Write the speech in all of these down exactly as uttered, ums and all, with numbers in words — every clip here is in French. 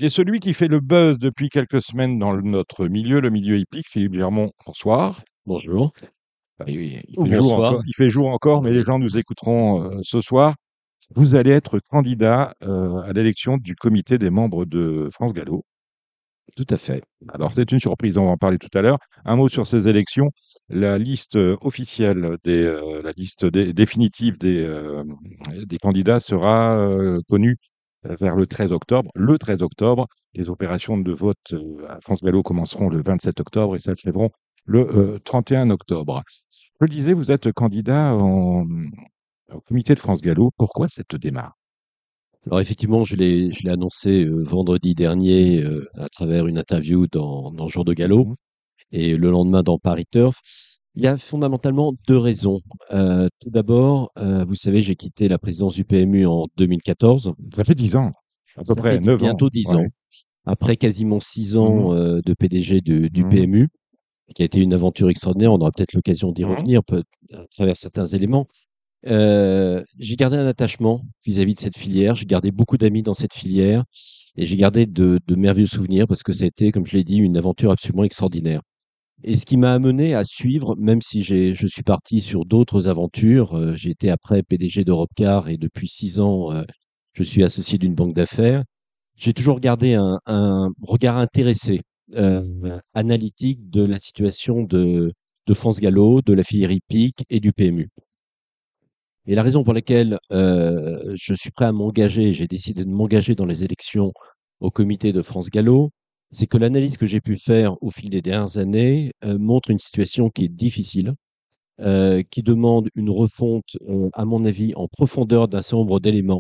et celui qui fait le buzz depuis quelques semaines dans le- notre milieu, le milieu hippique, Philippe Germont. Bonsoir. Bonjour. Ah oui, il Ou fait jour bonsoir. encore, il fait jour encore, mais les gens nous écouteront euh, ce soir. Vous allez être candidat euh, à l'élection du comité des membres de France Gallo. Tout à fait. Alors, c'est une surprise, on va en parler tout à l'heure. Un mot sur ces élections. La liste euh, officielle, des, euh, la liste dé- définitive des, euh, des candidats sera euh, connue euh, vers le treize octobre. Le treize octobre, les opérations de vote euh, à France Gallo commenceront le vingt-sept octobre et s'achèveront le euh, trente et un octobre. Je le disais, vous êtes candidat en- au comité de France Gallo. Pourquoi cette démarche? Alors effectivement, je l'ai, je l'ai annoncé euh, vendredi dernier euh, à travers une interview dans, dans Jour de Galop Mhm. et le lendemain dans Paris Turf. Il y a fondamentalement deux raisons. Euh, tout d'abord, euh, vous savez, j'ai quitté la présidence du P M U en deux mille quatorze. Ça fait dix ans, à peu Ça près fait neuf ans. bientôt dix Ouais. ans. Après quasiment six Mhm. ans euh, de P D G de- du Mhm. P M U, qui a été une aventure extraordinaire. On aura peut-être l'occasion d'y Mhm. revenir peut- à travers certains éléments. Heu, j'ai gardé un attachement vis-à-vis de cette filière. J'ai gardé beaucoup d'amis dans cette filière et j'ai gardé de de merveilleux souvenirs parce que ça a été, comme je l'ai dit, une aventure absolument extraordinaire et ce qui m'a amené à suivre, même si j'ai je suis parti sur d'autres aventures, heu, j'ai été après P D G d'Europecar et depuis six ans, heu, je suis associé d'une banque d'affaires. J'ai toujours gardé un un regard intéressé, heu, analytique de la situation de de France Gallo, de la filière hippique et du P M U. Et la raison pour laquelle, heu, je suis prêt à m'engager, j'ai décidé de m'engager dans les élections au comité de France Gallo, c'est que l'analyse que j'ai pu faire au fil des dernières années, heu, montre une situation qui est difficile, heu, qui demande une refonte, heu, à mon avis, en profondeur d'un certain nombre d'éléments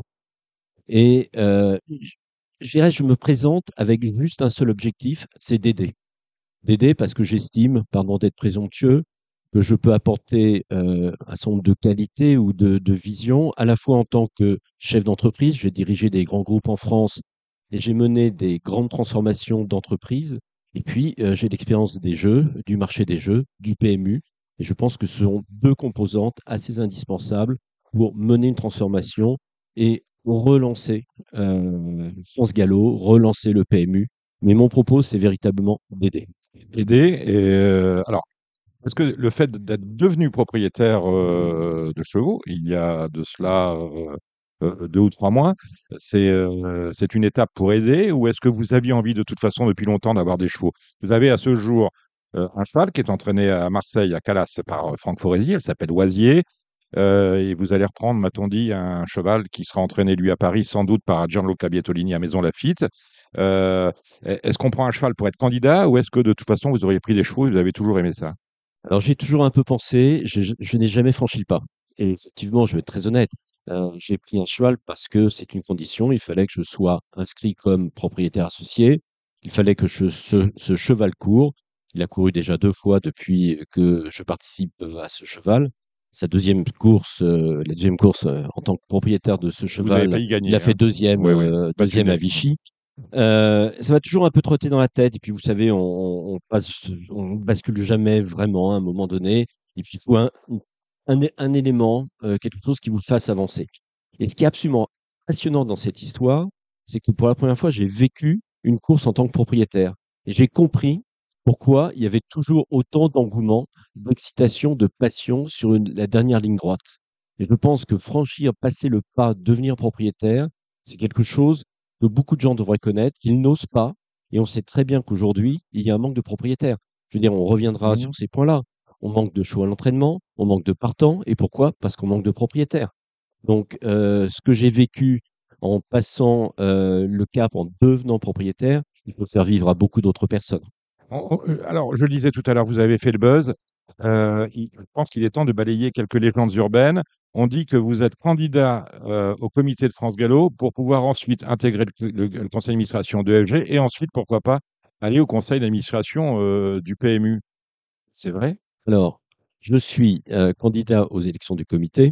et heu, j je dirais, je me présente avec juste un seul objectif, c'est d'aider. D'aider parce que j'estime, pardon d'être présomptueux, que je peux apporter, heu, un certain nombre de qualités ou de de visions, à la fois en tant que chef d'entreprise. J'ai dirigé des grands groupes en France et j'ai mené des grandes transformations d'entreprises et puis, heu, j'ai l'expérience des jeux, du marché des jeux, du P M U et je pense que ce sont deux composantes assez indispensables pour mener une transformation et relancer, heu, France Gallo, relancer le P M U. Mais mon propos, c'est véritablement d'aider. Aider et heu, alors, est-ce que le fait d'être devenu propriétaire, heu, de chevaux, il y a de cela, heu heu, deux ou trois mois, c'est, heu, c'est une étape pour aider ou est-ce que vous aviez envie de toute façon depuis longtemps d'avoir des chevaux? Vous avez à ce jour, heu, un cheval qui est entraîné à Marseille, à Calas par, heu, Franck Forési, elle s'appelle Oisier, heu et vous allez reprendre, m'a-t-on dit, un cheval qui sera entraîné lui à Paris, sans doute par Gianluca Bietolini à Maison Lafitte. Heu, est est-ce qu'on prend un cheval pour être candidat ou est-ce que de toute façon vous auriez pris des chevaux et vous avez toujours aimé ça? Alors j'y ai toujours un peu pensé, je je je n'ai jamais franchi le pas et effectivement, je vais être très honnête, heu, j'ai pris un cheval parce que c'est une condition, il fallait que je sois inscrit comme propriétaire associé, il fallait que je ce ce cheval court. Il a couru déjà deux fois depuis que je participe, heu, à ce cheval. Sa deuxième course, heu, la deuxième course, heu, en tant que propriétaire de ce Vous avez cheval, failli il a gagner, fait hein? deuxième, Oui, oui, e battu deuxième à net. Vichy. Heu, ça m'a toujours un peu trotté dans la tête et puis vous savez, on on on passe on bascule jamais vraiment à un moment donné et puis il faut un un é un élément, heu, quelque chose qui vous fasse avancer et ce qui est absolument passionnant dans cette histoire, c'est que pour la première fois, j'ai vécu une course en tant que propriétaire et j'ai compris pourquoi il y avait toujours autant d'engouement, d'excitation, de passion sur une la dernière ligne droite et je pense que franchir, passer le pas, devenir propriétaire, c'est quelque chose que beaucoup de gens devraient connaître, qu'ils n'osent pas. Et on sait très bien qu'aujourd'hui, il y a un manque de propriétaires. Je veux dire, on reviendra Mmh. sur ces points-là. On manque de choix à l'entraînement, on manque de partants. Et pourquoi? Parce qu'on manque de propriétaires. Donc, euh, ce que j'ai vécu en passant euh, le cap, en devenant propriétaire, il faut faire vivre à beaucoup d'autres personnes. On on heu, alors, je le disais tout à l'heure, vous avez fait le buzz. Heu, il je pense qu'il est temps de balayer quelques légendes urbaines. On dit que vous êtes candidat, heu, au comité de France Gallo pour pouvoir ensuite intégrer le le le conseil d'administration de F G et ensuite, pourquoi pas, aller au conseil d'administration, heu, du P M U. C'est vrai? Alors, je suis euh, candidat aux élections du comité.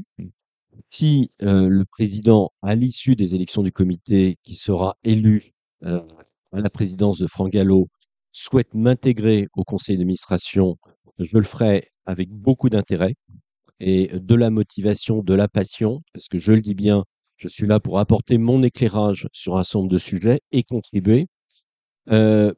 Si euh, le président, à l'issue des élections du comité, qui sera élu euh, à la présidence de Franck Gallo, souhaite m'intégrer au conseil d'administration, je le ferai avec beaucoup d'intérêt et de la motivation, de la passion, parce que je le dis bien, je suis là pour apporter mon éclairage sur un certain nombre de sujets et contribuer. Heu,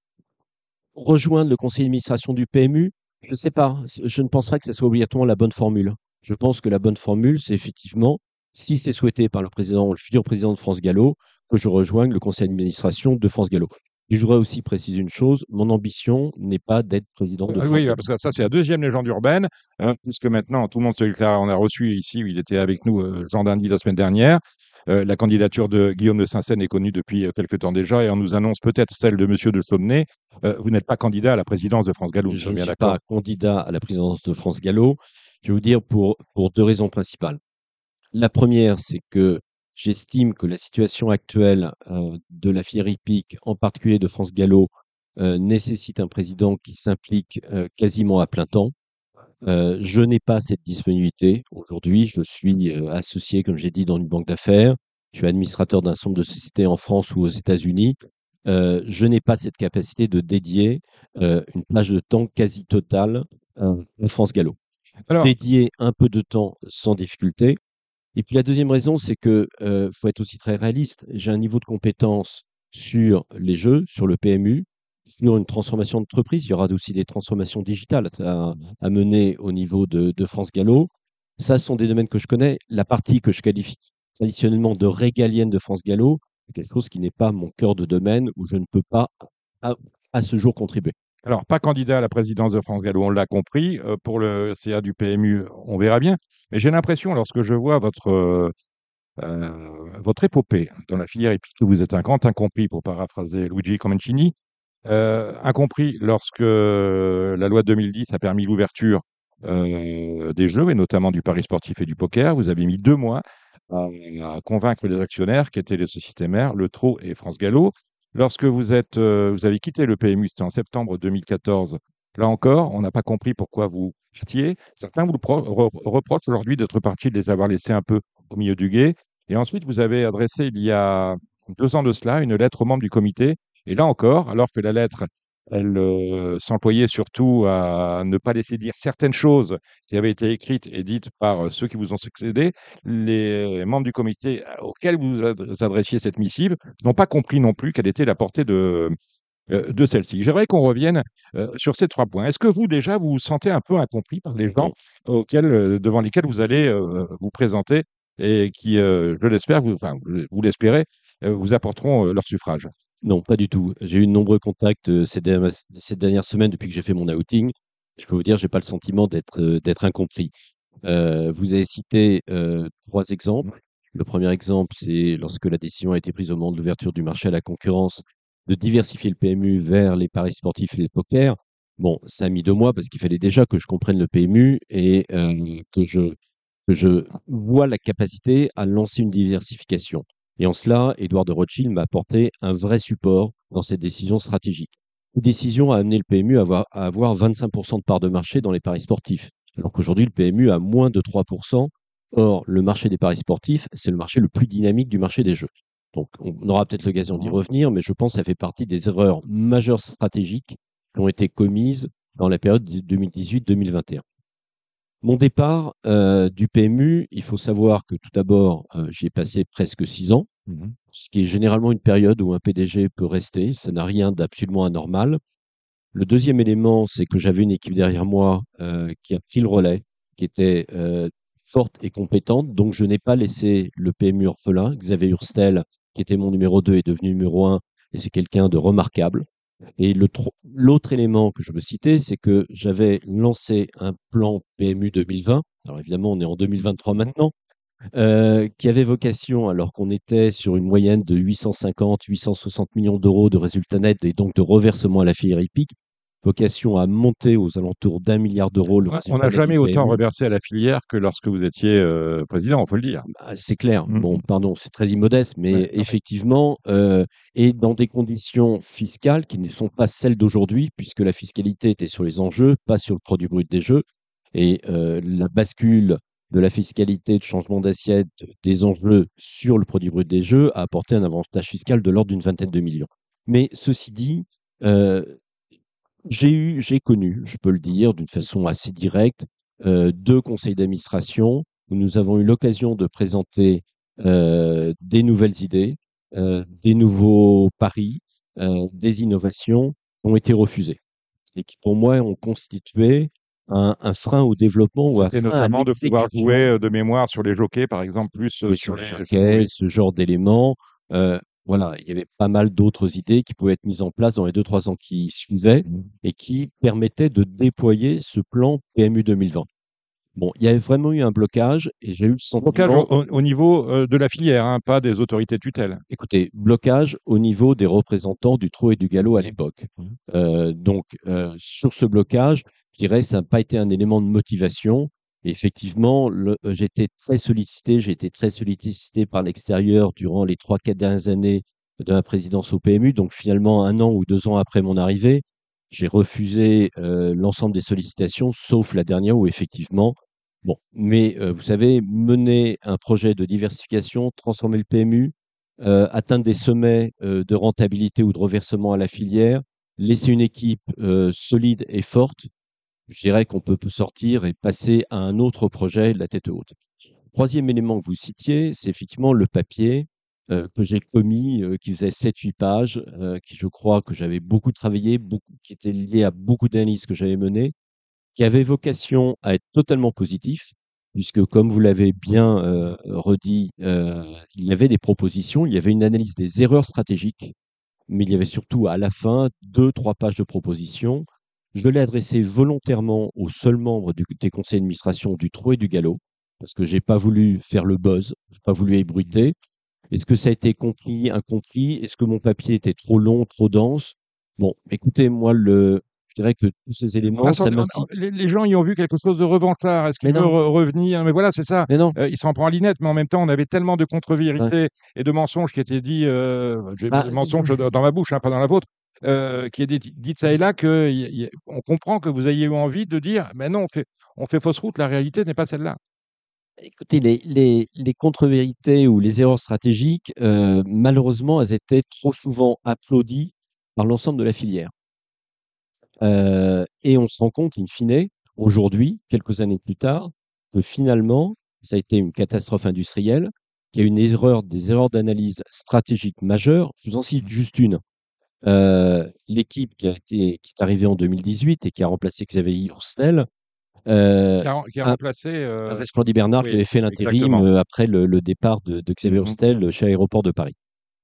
Rejoindre le conseil d'administration du P M U, je ne sais pas. Je ne pense pas que ce soit obligatoirement la bonne formule. Je pense que la bonne formule, c'est effectivement, si c'est souhaité par le président ou le futur président de France Gallo, que je rejoigne le conseil d'administration de France Gallo. Et je voudrais aussi préciser une chose, mon ambition n'est pas d'être président de Ah France oui, Gallo. parce que ça, c'est la deuxième légende urbaine, hein, puisque maintenant, tout le monde se déclare. On a reçu ici, il était avec nous, euh, Jean Dindy, la semaine dernière. Euh, la candidature de Guillaume de Saint-Seine est connue depuis euh, quelque temps déjà, et on nous annonce peut-être celle de Monsieur de Chaudnay. Euh, vous n'êtes pas candidat à la présidence de France Gallo, nous Je sommes ne bien suis d'accord. pas candidat à la présidence de France Gallo. Je vais vous dire pour, pour deux raisons principales. La première, c'est que j'estime que la situation actuelle euh, de la filière hippique, en particulier de France Gallo, euh, nécessite un président qui s'implique euh, quasiment à plein temps. Euh, je n'ai pas cette disponibilité. Aujourd'hui, je suis euh, associé, comme j'ai dit, dans une banque d'affaires. Je suis administrateur d'un certain nombre de sociétés en France ou aux États-Unis. Euh, je n'ai pas cette capacité de dédier euh, une plage de temps quasi totale euh, à France Gallo. Alors, Dédier un peu de temps sans difficulté. Et puis la deuxième raison, c'est que euh, faut être aussi très réaliste. J'ai un niveau de compétence sur les jeux, sur le P M U, sur une transformation d'entreprise. Il y aura aussi des transformations digitales à, à mener au niveau de, de France Gallo. Ça, ce sont des domaines que je connais. La partie que je qualifie traditionnellement de régalienne de France Gallo, c'est quelque chose qui n'est pas mon cœur de domaine où je ne peux pas à, à ce jour contribuer. alors, pas candidat à la présidence de France Gallo, on l'a compris. Euh, pour le C A du P M U, on verra bien. Mais j'ai l'impression, lorsque je vois votre, euh, euh, votre épopée dans la filière hippique, que vous êtes un grand incompris, pour paraphraser Luigi Comencini. Euh, incompris lorsque la loi de deux mille dix a permis l'ouverture euh, des jeux, et notamment du pari sportif et du poker. Vous avez mis deux mois à, à convaincre les actionnaires, qui étaient les sociétés mères, Le Trot et France Gallo. Lorsque vous, êtes, euh, vous avez quitté le P M U, c'était en septembre deux mille quatorze, là encore, on n'a pas compris pourquoi vous partiez. Certains vous le pro- re- reprochent aujourd'hui d'être parti, de les avoir laissés un peu au milieu du gué. Et ensuite, vous avez adressé, il y a deux ans de cela, une lettre aux membres du comité, et là encore, alors que la lettre, elle euh, s'employait surtout à ne pas laisser dire certaines choses qui avaient été écrites et dites par euh, ceux qui vous ont succédé, les membres du comité euh, auxquels vous ad- adressiez cette missive n'ont pas compris non plus quelle était la portée de, euh, de celle-ci. J'aimerais qu'on revienne euh, sur ces trois points. Est-ce que vous, déjà, vous vous sentez un peu incompris par les gens Non, auxquels, euh, devant lesquels vous allez euh, vous présenter et qui, euh, je l'espère, vous, enfin, vous l'espérez, euh, vous apporteront euh, leur suffrage? non, pas du tout. J'ai eu de nombreux contacts euh, ces dernières, ces dernières semaines depuis que j'ai fait mon outing. Je peux vous dire, j'ai pas le sentiment d'être euh, d'être incompris. Euh, vous avez cité euh, trois exemples. Le premier exemple, c'est lorsque la décision a été prise au moment de l'ouverture du marché à la concurrence de diversifier le P M U vers les paris sportifs et les pokers. Bon, ça a mis deux mois parce qu'il fallait déjà que je comprenne le P M U et euh, que je, que je vois la capacité à lancer une diversification. Et en cela, Édouard de Rothschild m'a apporté un vrai support dans cette décision stratégique. Une décision a amené le P M U à avoir, à avoir vingt-cinq pour cent de part de marché dans les paris sportifs, alors qu'aujourd'hui, le P M U a moins de trois pour cent. Or, le marché des paris sportifs, c'est le marché le plus dynamique du marché des jeux. Donc, on aura peut-être l'occasion d'y revenir, mais je pense que ça fait partie des erreurs majeures stratégiques qui ont été commises dans la période deux mille dix-huit deux mille vingt et un. Mon départ euh, du P M U, il faut savoir que tout d'abord, euh, j'y ai passé presque six ans, Mhm. ce qui est généralement une période où un P D G peut rester. Ça n'a rien d'absolument anormal. Le deuxième élément, c'est que j'avais une équipe derrière moi euh, qui a pris le relais, qui était euh, forte et compétente. Donc, je n'ai pas laissé le P M U orphelin. Xavier Hurstel, qui était mon numéro deux, est devenu numéro un, et c'est quelqu'un de remarquable. Et le tro- l'autre élément que je veux citer, c'est que j'avais lancé un plan P M U deux mille vingt. Alors évidemment, on est en deux mille vingt-trois Mhm. maintenant, euh, qui avait vocation, alors qu'on était sur une moyenne de huit cent cinquante, huit cent soixante millions d'euros de résultats nets et donc de reversement à la filière hippique, vocation à monter aux alentours d'un milliard d'euros le Ouais, on n'a résultat net du jamais autant P M U. reversé à la filière que lorsque vous étiez euh, président, il faut le dire. Bah, c'est clair. Mm, Bon, mm. pardon, c'est très immodeste, Ouais, mais non, mais effectivement, euh, et dans des conditions fiscales qui ne sont pas celles d'aujourd'hui, puisque la fiscalité était sur les enjeux, pas sur le produit brut des jeux. Et euh, la bascule de la fiscalité, de changement d'assiette des enjeux sur le produit brut des jeux a apporté un avantage fiscal de l'ordre d'une vingtaine de millions. Mais ceci dit, euh, j'ai eu, j'ai connu, je peux le dire d'une façon assez directe, euh, deux conseils d'administration où nous avons eu l'occasion de présenter euh, des nouvelles idées, euh, des nouveaux paris. heu, des innovations ont été refusées et qui, pour moi, ont constitué un un frein au développement ou un C'était frein à notamment de pouvoir jouer, l'exécution. heu, de mémoire sur les jockeys, par exemple, plus, heu, Jouer sur sur les les jockeys, oui. ce genre d'éléments. Heu, voilà, il y avait pas mal d'autres idées qui pouvaient être mises en place dans les deux trois ans qui suivaient et qui permettaient de déployer ce plan P M U deux mille vingt. Bon, il y avait vraiment eu un blocage et j'ai eu le Blocage au sentiment. au au niveau, heu, de la filière, hein, pas des autorités tutelle. Écoutez, blocage au niveau des représentants du trot et du galop à l'époque. Mmh. Heu, donc, heu, sur ce blocage, je dirais, ça n'a pas été un élément de motivation. Effectivement, le heu, j'ai été très sollicité, j'ai été très sollicité par l'extérieur durant les trois quatre dernières années de ma présidence au P M U. Donc finalement, un an ou deux ans après mon arrivée, j'ai refusé, heu, l'ensemble des sollicitations, sauf la dernière où effectivement bon, mais, heu, vous savez, mener un projet de diversification, transformer le P M U, heu, atteindre des sommets, heu, de rentabilité ou de reversement à la filière, laisser une équipe, heu, solide et forte, je dirais qu'on peut peut sortir et passer à un autre projet de la tête haute. Troisième élément que vous citiez, c'est effectivement le papier, heu, que j'ai commis, heu, qui faisait sept huit pages, heu, qui je crois que j'avais beaucoup travaillé, beaucoup qui était lié à beaucoup d'analyses que j'avais menées, qui avait vocation à être totalement positif, puisque comme vous l'avez bien, heu, redit, heu, il y avait des propositions, il y avait une analyse des erreurs stratégiques, mais il y avait surtout à la fin deux trois pages de propositions. Je l'ai adressé volontairement aux seuls membres du des conseils d'administration du trot et du galop, parce que j'ai pas voulu faire le buzz, j'ai pas voulu ébruiter. Est-ce que ça a été compris, incompris? Est-ce que mon papier était trop long, trop dense? Bon, écoutez, moi le je dirais que tous ces On a éléments, ça senti on a m'incite. les les gens y ont vu quelque chose de revanchard. Est-ce Mais qu'il veut non, re revenir? Mais voilà, c'est ça. mais non. Heu, il s'en prend à Linette, mais en même temps, on avait tellement de Ouais. contre-vérités et de mensonges qui étaient dits, heu, je vais Bah, mettre mensonges dans dans ma bouche, hein, pas dans la vôtre, heu, qui étaient di dites ça et là que y y on comprend que vous ayez eu envie de dire: «Mais non, on fait on fait fausse route, la réalité n'est pas celle-là». écoutez, les les les contre-vérités ou les erreurs stratégiques, heu, malheureusement, elles étaient trop souvent applaudies par l'ensemble de la filière. Heu et on se rend compte in fine, aujourd'hui, quelques années plus tard, que finalement, ça a été une catastrophe industrielle, qu'il y a une erreur des erreurs d'analyse stratégique majeures. Je vous en cite Mmh. juste une. Heu, l'équipe qui a été qui est arrivée en deux mille dix-huit et qui a remplacé Xavier Hurstel, heu, Qui a qui a a remplacé, heu Resplandy Bernard qui oui, avait fait l'intérim, exactement. heu, après le le départ de de Xavier Mmh mh. Hurstel chez Aéroports de Paris.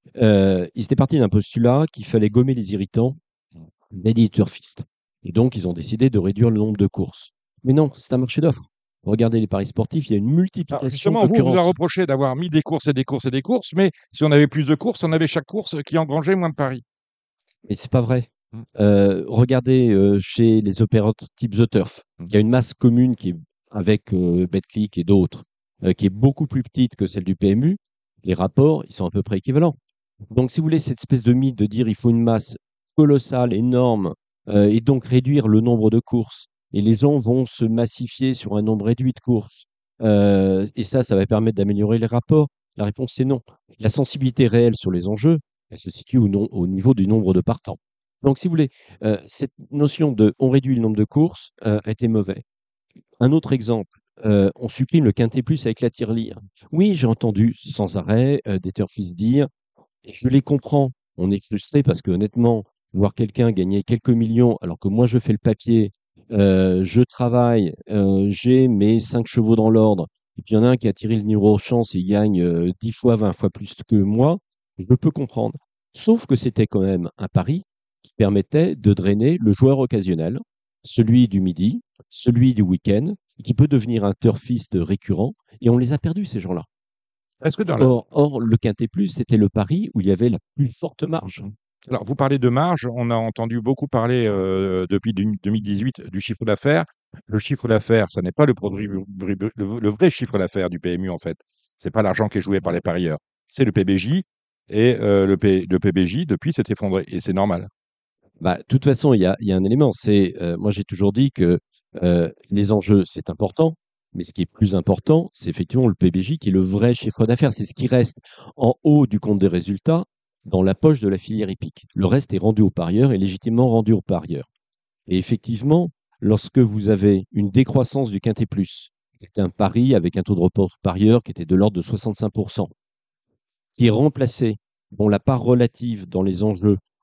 Heu, ils étaient partis d'un postulat qu'il fallait gommer les irritants Mmh. d'éditeur-fist et donc ils ont décidé de réduire le nombre de courses. Mais non, c'est un marché d'offres. Regardez les paris sportifs, il y a une Alors multiplication justement, vous, on vous a d'occurrences. reproché d'avoir mis des courses et des courses et des courses, mais si on avait plus de courses, on avait chaque course qui engrangeait moins de paris. Mais c'est pas vrai. Mmh. Heu, regardez, heu, chez les opérateurs type The Turf, Mmh. il y a une masse commune qui est avec, heu, Betclic et d'autres, heu, qui est beaucoup plus petite que celle du P M U. Les rapports, ils sont à peu près équivalents. Donc si vous voulez, cette espèce de mythe de dire: «Il faut une masse colossale, énorme, heu et donc réduire le nombre de courses et les gens vont se massifier sur un nombre réduit de courses, heu et ça, ça va permettre d'améliorer les rapports». La réponse est non. La sensibilité réelle sur les enjeux, elle se situe au non au niveau du nombre de partants. Donc si vous voulez, heu, cette notion de: «On réduit le nombre de courses», heu, a été mauvais. Un autre exemple, heu, on supprime le quintet plus avec la tirelire. Oui, j'ai entendu sans arrêt, heu, des turfistes dire et je les comprends. On est frustré parce qu'honnêtement, voir quelqu'un gagner quelques millions alors que moi je fais le papier, heu, je travaille, heu, j'ai mes cinq chevaux dans l'ordre et puis il y en a un qui a tiré le numéro chance et il gagne, heu, dix fois, vingt fois plus que moi, je peux comprendre. Sauf que c'était quand même un pari qui permettait de drainer le joueur occasionnel, celui du midi, celui du week-end, qui peut devenir un turfiste récurrent et on les a perdus ces gens-là. Est-ce que dans le Or or le quintet plus, c'était le pari où il y avait la plus forte marge. Mmh. Alors, vous parlez de marge, on a entendu beaucoup parler, heu, depuis du deux mille dix-huit du chiffre d'affaires. Le chiffre d'affaires, ça n'est pas le produit bri bri le le vrai chiffre d'affaires du P M U, en fait. C'est pas l'argent qui est joué par les parieurs. C'est le P B J et heu, le P le P B J, depuis, s'est effondré et c'est normal. Bah, de toute façon, il y a il y a un élément, c'est, heu, moi j'ai toujours dit que, heu, les enjeux, c'est important, mais ce qui est plus important, c'est effectivement le P B J qui est le vrai chiffre d'affaires. C'est ce qui reste en haut du compte des résultats dans la poche de la filière hippique. Le reste est rendu aux parieurs et légitimement rendu aux parieurs. Et effectivement, lorsque vous avez une décroissance du quintet plus, qui est un pari avec un taux de report parieur qui était de l'ordre de soixante-cinq qui est remplacé, dont la part relative dans les enjeux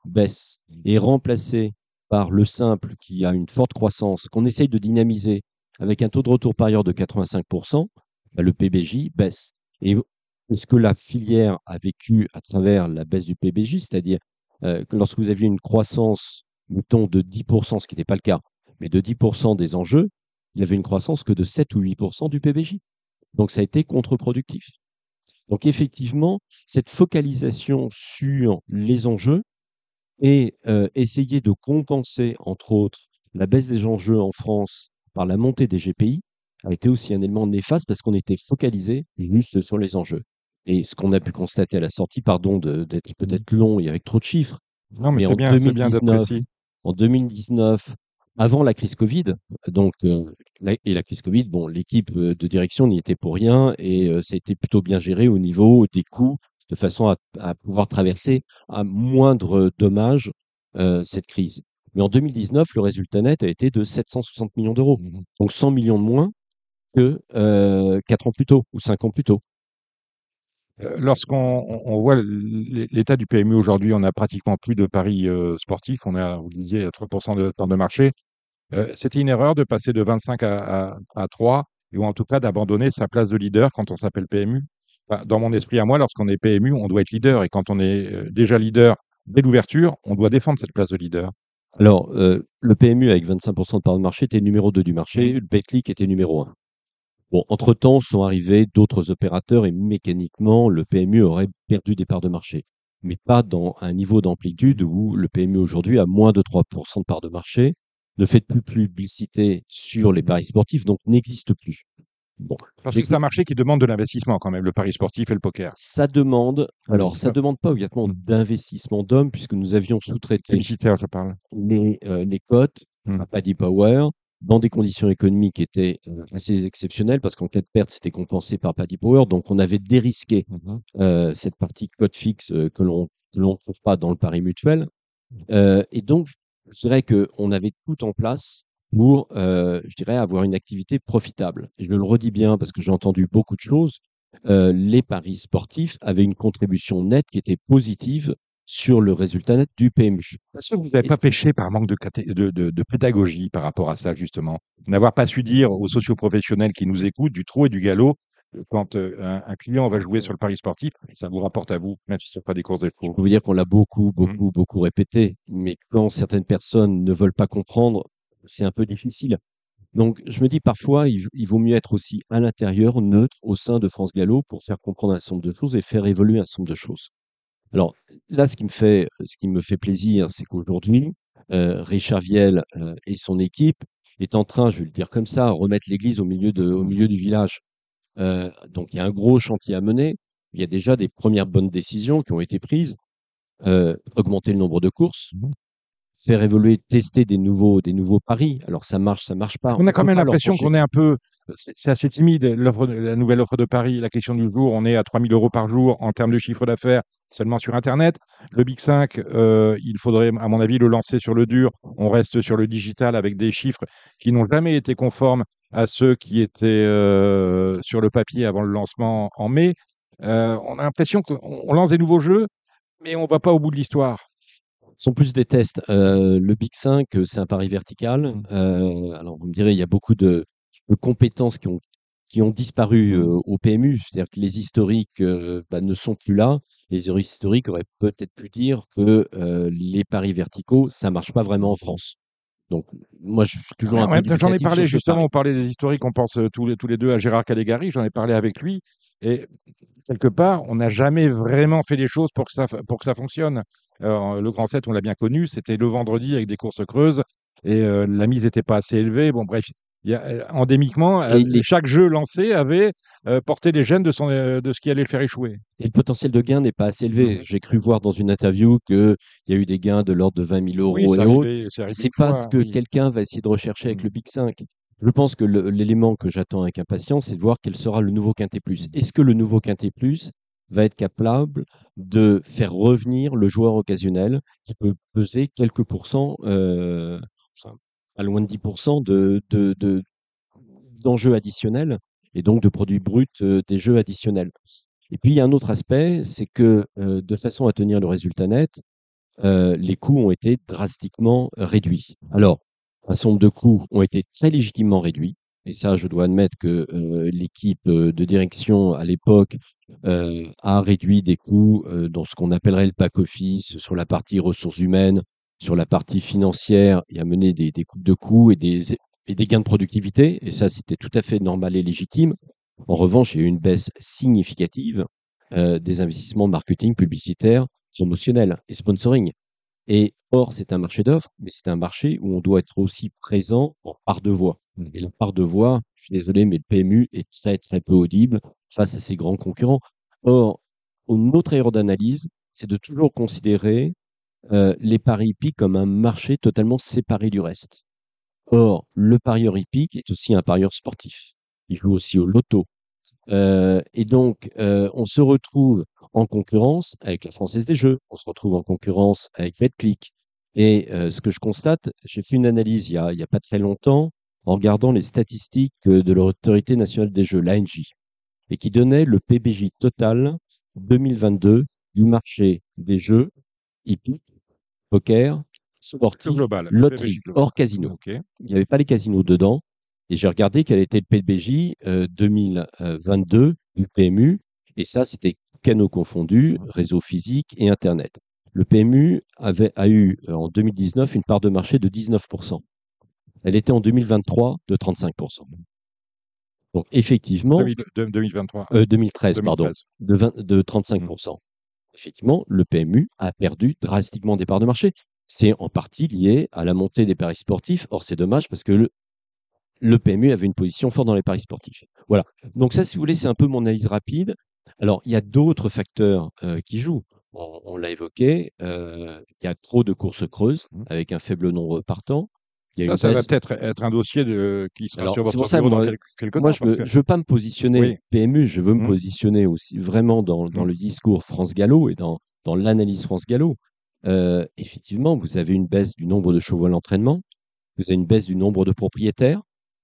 baisse et est remplacé par le simple qui a une forte croissance, qu'on essaye de dynamiser avec un taux de retour parieur de quatre-vingt-cinq pour cent, bah, le P B J baisse. Et ce que la filière a vécu à travers la baisse du P B J, c'est-à-dire euh, que lorsque vous aviez une croissance, mettons, de dix pour cent, ce qui n'était pas le cas, mais de dix pour cent des enjeux, il y avait une croissance que de sept ou huit pour cent du P B J. Donc ça a été contre-productif. Donc effectivement, cette focalisation sur les enjeux et euh, essayer de compenser, entre autres, la baisse des enjeux en France par la montée des G P I a été aussi un élément néfaste parce qu'on était focalisé juste sur les enjeux. Et ce qu'on a pu constater à la sortie, pardon de- d'être Mmh. peut-être long et avec trop de chiffres, Non, mais mais c'est en bien, c'est bien d'être deux mille dix-neuf, précis. en deux mille dix-neuf, avant la crise Covid, donc euh, la- et la crise Covid, bon, l'équipe euh, de direction n'y était pour rien et euh, ça a été plutôt bien géré au niveau des coûts, de façon à, à pouvoir traverser à moindre dommage euh, cette crise. Mais en deux mille dix-neuf, le résultat net a été de sept cent soixante millions d'euros, Mmh. donc cent millions de moins que euh, quatre ans plus tôt ou cinq ans plus tôt. Heu, lorsqu'on on on voit l'é l'état du P M U aujourd'hui, on a pratiquement plus de paris, heu, sportifs. On a, vous disiez, à trois de part de marché. Heu, c'était une erreur de passer de vingt-cinq à à à trois, ou en tout cas d'abandonner sa place de leader quand on s'appelle P M U? Enfin, dans mon esprit à moi, lorsqu'on est P M U, on doit être leader, et quand on est, heu, déjà leader dès l'ouverture, on doit défendre cette place de leader. Alors, euh, le P M U avec vingt-cinq pour cent de part de marché était numéro deux du Mmh. marché, le Betclic était numéro un. Bon, entre-temps, sont arrivés d'autres opérateurs et mécaniquement, le P M U aurait perdu des parts de marché, mais pas dans un niveau d'amplitude où le P M U aujourd'hui a moins de trois pour cent de parts de marché, ne fait plus publicité sur les paris sportifs, donc n'existe plus. Bon, Parce que c'est un j'écoute, marché qui demande de l'investissement quand même, le pari sportif et le poker. ça demande, alors ça Investissement. demande pas obligatoirement Mmh. d'investissement d'hommes puisque nous avions sous-traité Publicitaire, je parle. les, euh, les cotes Mmh. à Paddy Power dans des conditions économiques qui étaient euh, assez exceptionnelles parce qu'en cas de perte, c'était compensé par Paddy Power. Donc, on avait dérisqué Mmh. euh, cette partie cote fixe euh, que l'on que l'on ne trouve pas dans le pari mutuel. Euh, et donc, je dirais qu'on avait tout en place pour, euh, je dirais, avoir une activité profitable. Et je le redis bien parce que j'ai entendu beaucoup de choses. Euh, les paris sportifs avaient une contribution nette qui était positive sur le résultat net du P M U. Est-ce que vous n'avez Et pas péché par manque de caté de de de pédagogie par rapport à ça, justement? N'avoir pas su dire aux socioprofessionnels qui nous écoutent du trot et du galop, heu, quand, heu, un un client va jouer sur le pari sportif, ça vous rapporte à vous, même si ce sont pas des courses de je chevaux. peux vous dire qu'on l'a beaucoup, Mmh. beaucoup, beaucoup répété, mais quand certaines personnes ne veulent pas comprendre, c'est un peu difficile. Donc, je me dis parfois, il, il vaut mieux être aussi à l'intérieur, neutre, au sein de France Gallo, pour faire comprendre un certain nombre de choses et faire évoluer un certain nombre de choses. Alors, là, ce qui me fait, ce qui me fait plaisir, c'est qu'aujourd'hui, euh, Richard Viel euh, et son équipe est en train, je vais le dire comme ça, remettre l'église au milieu de, au Mmh. milieu du village. Euh, donc, il y a un gros chantier à mener. Il y a déjà des premières bonnes décisions qui ont été prises. Euh, augmenter le nombre de courses, Mmh. faire évoluer, tester des nouveaux, des nouveaux paris. Alors, ça marche, ça marche pas. On On a quand peut même pas leur l'impression reprocher. qu'on est un peu, c'est c'est assez timide, l'offre de la nouvelle offre de paris, la question du jour, on est à trois mille euros par jour en termes de chiffre d'affaires seulement sur internet. Le Big cinq, heu, il faudrait, à mon avis, le lancer sur le dur. On reste sur le digital avec des chiffres qui n'ont jamais été conformes à ceux qui étaient, heu, sur le papier avant le lancement en mai. Heu, on a l'impression qu'on on lance des nouveaux jeux, mais on va pas au bout de l'histoire. Sont plus des tests. Euh, le Big cinq, euh, c'est un pari vertical. Mmh. Euh, alors, vous me direz, il y a beaucoup de, de compétences qui ont, qui ont disparu Mmh. euh, au P M U. C'est-à-dire que les historiques euh, bah, ne sont plus là. Les historiques auraient peut-être pu dire que euh, les paris verticaux, ça marche pas vraiment en France. Donc, moi, je suis toujours Ouais, un ouais, peu j'en ai dubitatif sur parlé ce justement, pari. on parlait des historiques, on pense, heu, tous les tous les deux à Gérard Calégari, j'en ai parlé avec lui, et quelque part, on n'a jamais vraiment fait les choses pour que ça f pour que ça fonctionne. Heu, le Grand sept, on l'a bien connu, c'était le vendredi avec des courses creuses, et heu, la mise était pas assez élevée. Bon bref, il y a, heu, endémiquement, Et heu, les chaque jeu lancé avait, heu, porté les gènes de son, heu, de ce qui allait le faire échouer. Et le potentiel de gain n'est pas assez élevé. Mmh. J'ai cru voir dans une interview qu'il y a eu des gains de l'ordre de vingt mille Oui, euros c'est et autres. arrivé c'est arrivé C'est une pas ce fois, que oui. quelqu'un va essayer de rechercher avec Mmh. le Big cinq. Je pense que le- l'élément que j'attends avec impatience, c'est de voir quel sera le nouveau Quintet Plus. Mmh. Est-ce que le nouveau Quintet Plus va être capable de faire revenir le joueur occasionnel qui peut peser quelques pourcents, euh, enfin, pas loin de dix pour cent de, de, de- d'enjeux additionnels et donc de produits bruts euh, des jeux additionnels. Et puis, il y a un autre aspect, c'est que euh, de façon à tenir le résultat net, heu, les coûts ont été drastiquement réduits. Alors, un certain nombre de coûts ont été très légitimement réduits et ça, je dois admettre que, heu, l'équipe, heu, de direction à l'époque, heu, a réduit des coûts, heu, dans ce qu'on appellerait le back office, sur la partie ressources humaines, sur la partie financière et a mené des des coupes de coûts et des et des gains de productivité et ça, c'était tout à fait normal et légitime. En revanche, il y a eu une baisse significative, heu, des investissements marketing, publicitaires, promotionnels et sponsoring. Et or, c'est un marché d'offres, mais c'est un marché où on doit être aussi présent en part de voix. Et la Mmh. part de voix, je suis désolé, mais le P M U est très, très peu audible face à ses grands concurrents. Or, une autre erreur d'analyse, c'est de toujours considérer euh, les paris hippiques comme un marché totalement séparé du reste. Or, le parieur hippique est aussi un parieur sportif. Il joue aussi au loto, Heu et donc, heu, on se retrouve en concurrence avec la Française des Jeux, on se retrouve en concurrence avec Betclic et heu, ce que je constate, j'ai fait une analyse il y a il y a pas très longtemps, en regardant les statistiques, heu, de l'Autorité nationale des jeux, l'A N J, et qui donnait le P B J total deux mille vingt-deux du marché des jeux hippiques, poker, Le sportifs, global, le loterie, P B J global. hors casino. OK. Il n'y avait pas les casinos dedans et j'ai regardé quel était le P B J, heu, deux mille vingt-deux du P M U et ça, c'était canaux confondus, Mmh. réseau physique et internet. Le P M U avait a eu, heu, en deux mille dix-neuf une part de marché de dix-neuf. Elle était en deux mille vingt-trois de trente-cinq. Donc deux effectivement, mille deux deux mille vingt-trois, heu, deux mille treize pardon, deux mille treize. de vingt de trente-cinq. Mmh. Effectivement, le P M U a perdu drastiquement des parts de marché. C'est en partie lié à la montée des paris sportifs. Or, c'est dommage parce que le, le P M U avait une position forte dans les paris sportifs. Voilà. Donc ça, si vous voulez, c'est un peu mon analyse rapide. Alors, il y a d'autres facteurs euh, qui jouent. On, on l'a évoqué, euh, il y a trop de courses creuses Mmh. avec un faible nombre partant. Il y a Ça, une ça va baisse. peut-être être un dossier de qui sera Alors, sur c'est pour votre ça, bureau dans moi, quelque quelque moi temps je parce ne que veux pas me positionner oui. P M U, je veux me Mmh. positionner aussi vraiment dans, dans Mmh. le discours France Gallo et dans, dans l'analyse France Gallo. Euh, effectivement, vous avez une baisse du nombre de chevaux à l'entraînement, vous avez une baisse du nombre de propriétaires,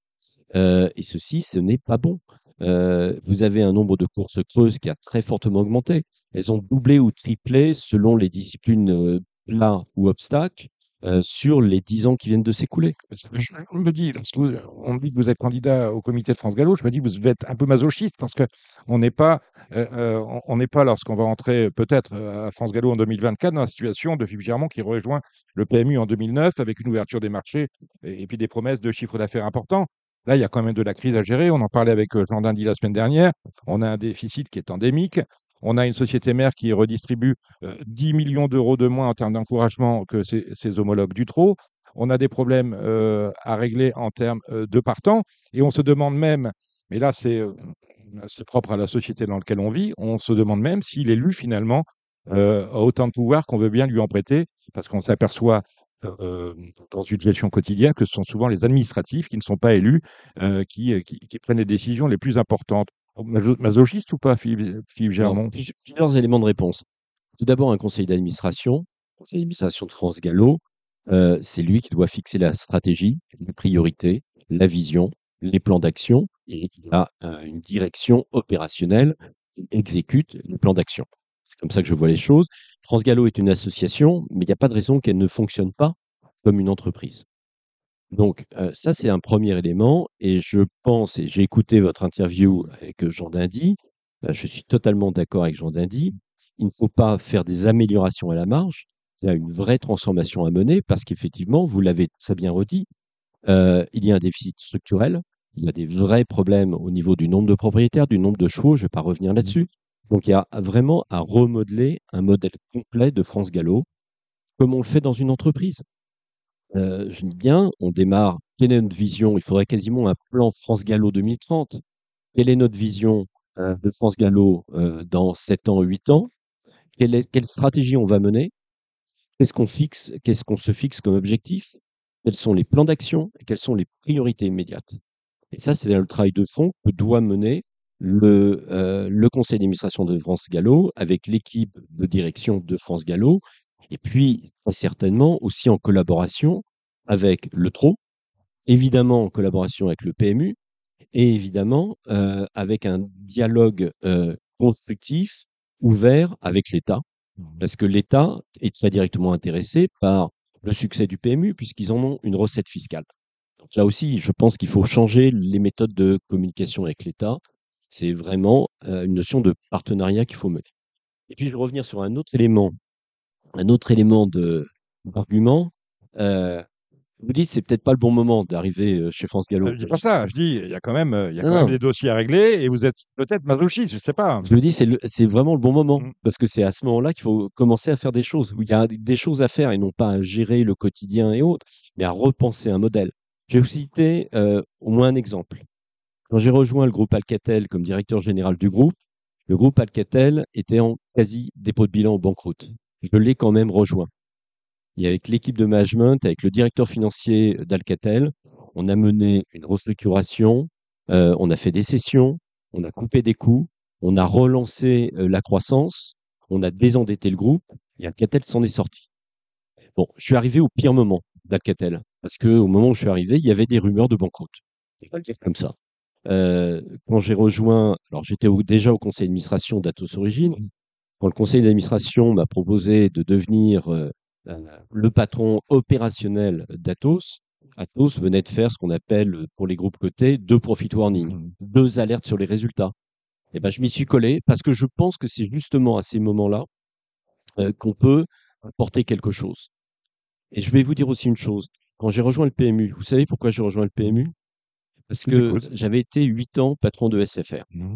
euh, et ceci, ce n'est pas bon. Euh, vous avez un nombre de courses creuses qui a très fortement augmenté. Elles ont doublé ou triplé selon les disciplines euh, plat ou obstacle euh, sur les dix ans qui viennent de s'écouler. Parce que je on me dit, lorsque vous on me dit que vous êtes candidat au comité de France Gallo, je me dis que vous devez être un peu masochiste parce qu'on n'est pas, heu heu, on on n'est pas lorsqu'on va entrer peut-être, heu, à France Gallo en deux mille vingt-quatre dans la situation de Philippe Girmont qui rejoint le P M U en deux mille neuf avec une ouverture des marchés et et puis des promesses de chiffre d'affaires importants. Là, il y a quand même de la crise à gérer. On en parlait avec, heu, Jean Dindy la semaine dernière. On a un déficit qui est endémique. On a une société mère qui redistribue, heu, dix millions d'euros de moins en termes d'encouragement que ses ses homologues du trot. On a des problèmes euh, à régler en termes euh, de partants, et on se demande même, mais là c'est euh, c'est propre à la société dans laquelle on vit, on se demande même si l'élu finalement euh, a autant de pouvoir qu'on veut bien lui en prêter, parce qu'on s'aperçoit euh, dans une gestion quotidienne que ce sont souvent les administratifs qui ne sont pas élus euh, qui, qui, qui prennent les décisions les plus importantes. Maso- Masochiste ou pas, Philippe, Philippe Alors, Germont? plus- plusieurs éléments de réponse. Tout d'abord, un conseil d'administration, conseil d'administration de France Gallo, euh, c'est lui qui doit fixer la stratégie, les priorités, la vision, les plans d'action, et il a euh, une direction opérationnelle qui exécute les plans d'action. C'est comme ça que je vois les choses. France Gallo est une association, mais il n'y a pas de raison qu'elle ne fonctionne pas comme une entreprise. Donc, euh, ça, c'est un premier élément. Et je pense, et j'ai écouté votre interview avec euh, Jean Dindy, euh, je suis totalement d'accord avec Jean Dindy, il ne faut pas faire des améliorations à la marge. Il y a une vraie transformation à mener parce qu'effectivement, vous l'avez très bien redit, euh, il y a un déficit structurel, il y a des vrais problèmes au niveau du nombre de propriétaires, du nombre de chevaux, je ne vais pas revenir là-dessus. Donc, il y a vraiment à remodeler un modèle complet de France Gallo, comme on le fait dans une entreprise. Heu, je dis bien, on démarre. Quelle est notre vision? Il faudrait quasiment un plan France Gallo deux mille trente. Quelle est notre vision, heu, de France Gallo, heu, dans sept ans, huit ans? Quelle est quelle stratégie on va mener? Qu'est-ce qu'on fixe qu'est-ce qu'on se fixe comme objectif? Quels sont les plans d'action et quelles sont les priorités immédiates? Et ça, c'est le travail de fond que doit mener le, heu, le conseil d'administration de France Gallo avec l'équipe de direction de France Gallo et puis très certainement aussi en collaboration avec le trot, évidemment en collaboration avec le P M U et évidemment, heu, avec un dialogue, heu, constructif, ouvert avec l'État. Mmh. Parce que l'État est très directement intéressé par le succès du P M U puisqu'ils en ont une recette fiscale. Donc là aussi, je pense qu'il faut changer les méthodes de communication avec l'État. C'est vraiment, heu, une notion de partenariat qu'il faut mener. Et puis je vais revenir sur un autre élément un autre élément de d'argument. Heu, vous dites: «C'est peut-être pas le bon moment d'arriver, heu, chez France Ah, Gallo». je dis pas Je ça, je dis, il y a quand même, heu, il y a non, quand même non, des dossiers à régler et vous êtes peut-être masochiste, je sais pas. je me dis: «C'est le c'est vraiment le bon moment» Mmh. parce que c'est à ce moment-là qu'il faut commencer à faire des choses, où il y a des des choses à faire et non pas à gérer le quotidien et autres, mais à repenser un modèle. Je vais vous citer, heu, au moins un exemple. Quand j'ai rejoint le groupe Alcatel comme directeur général du groupe, le groupe Alcatel était en quasi dépôt de bilan, en banqueroute. Je l'ai quand même rejoint. Et avec l'équipe de management, avec le directeur financier d'Alcatel, on a mené une restructuration, heu, on a fait des cessions, on a coupé des coûts, on a relancé, heu, la croissance, on a désendetté le groupe et Alcatel s'en est sorti. Bon, je suis arrivé au pire moment d'Alcatel parce qu'au moment où je suis arrivé, il y avait des rumeurs de banqueroute. On va le dire comme ça. Heu, quand j'ai rejoint alors j'étais au déjà au conseil d'administration d'Atos Origine. Quand le conseil d'administration m'a proposé de devenir, heu heu, le patron opérationnel d'Atos, Atos venait de faire ce qu'on appelle, heu, pour les groupes cotés, deux profit warning, Mmh. deux alertes sur les résultats. Et ben, je m'y suis collé parce que je pense que c'est justement à ces moments-là, heu, qu'on peut apporter quelque chose. Et je vais vous dire aussi une chose, quand j'ai rejoint le P M U, vous savez pourquoi j'ai rejoint le Mmh. P M U? Parce Je vous que écoute. j'avais été huit ans patron de S F R. Mmh.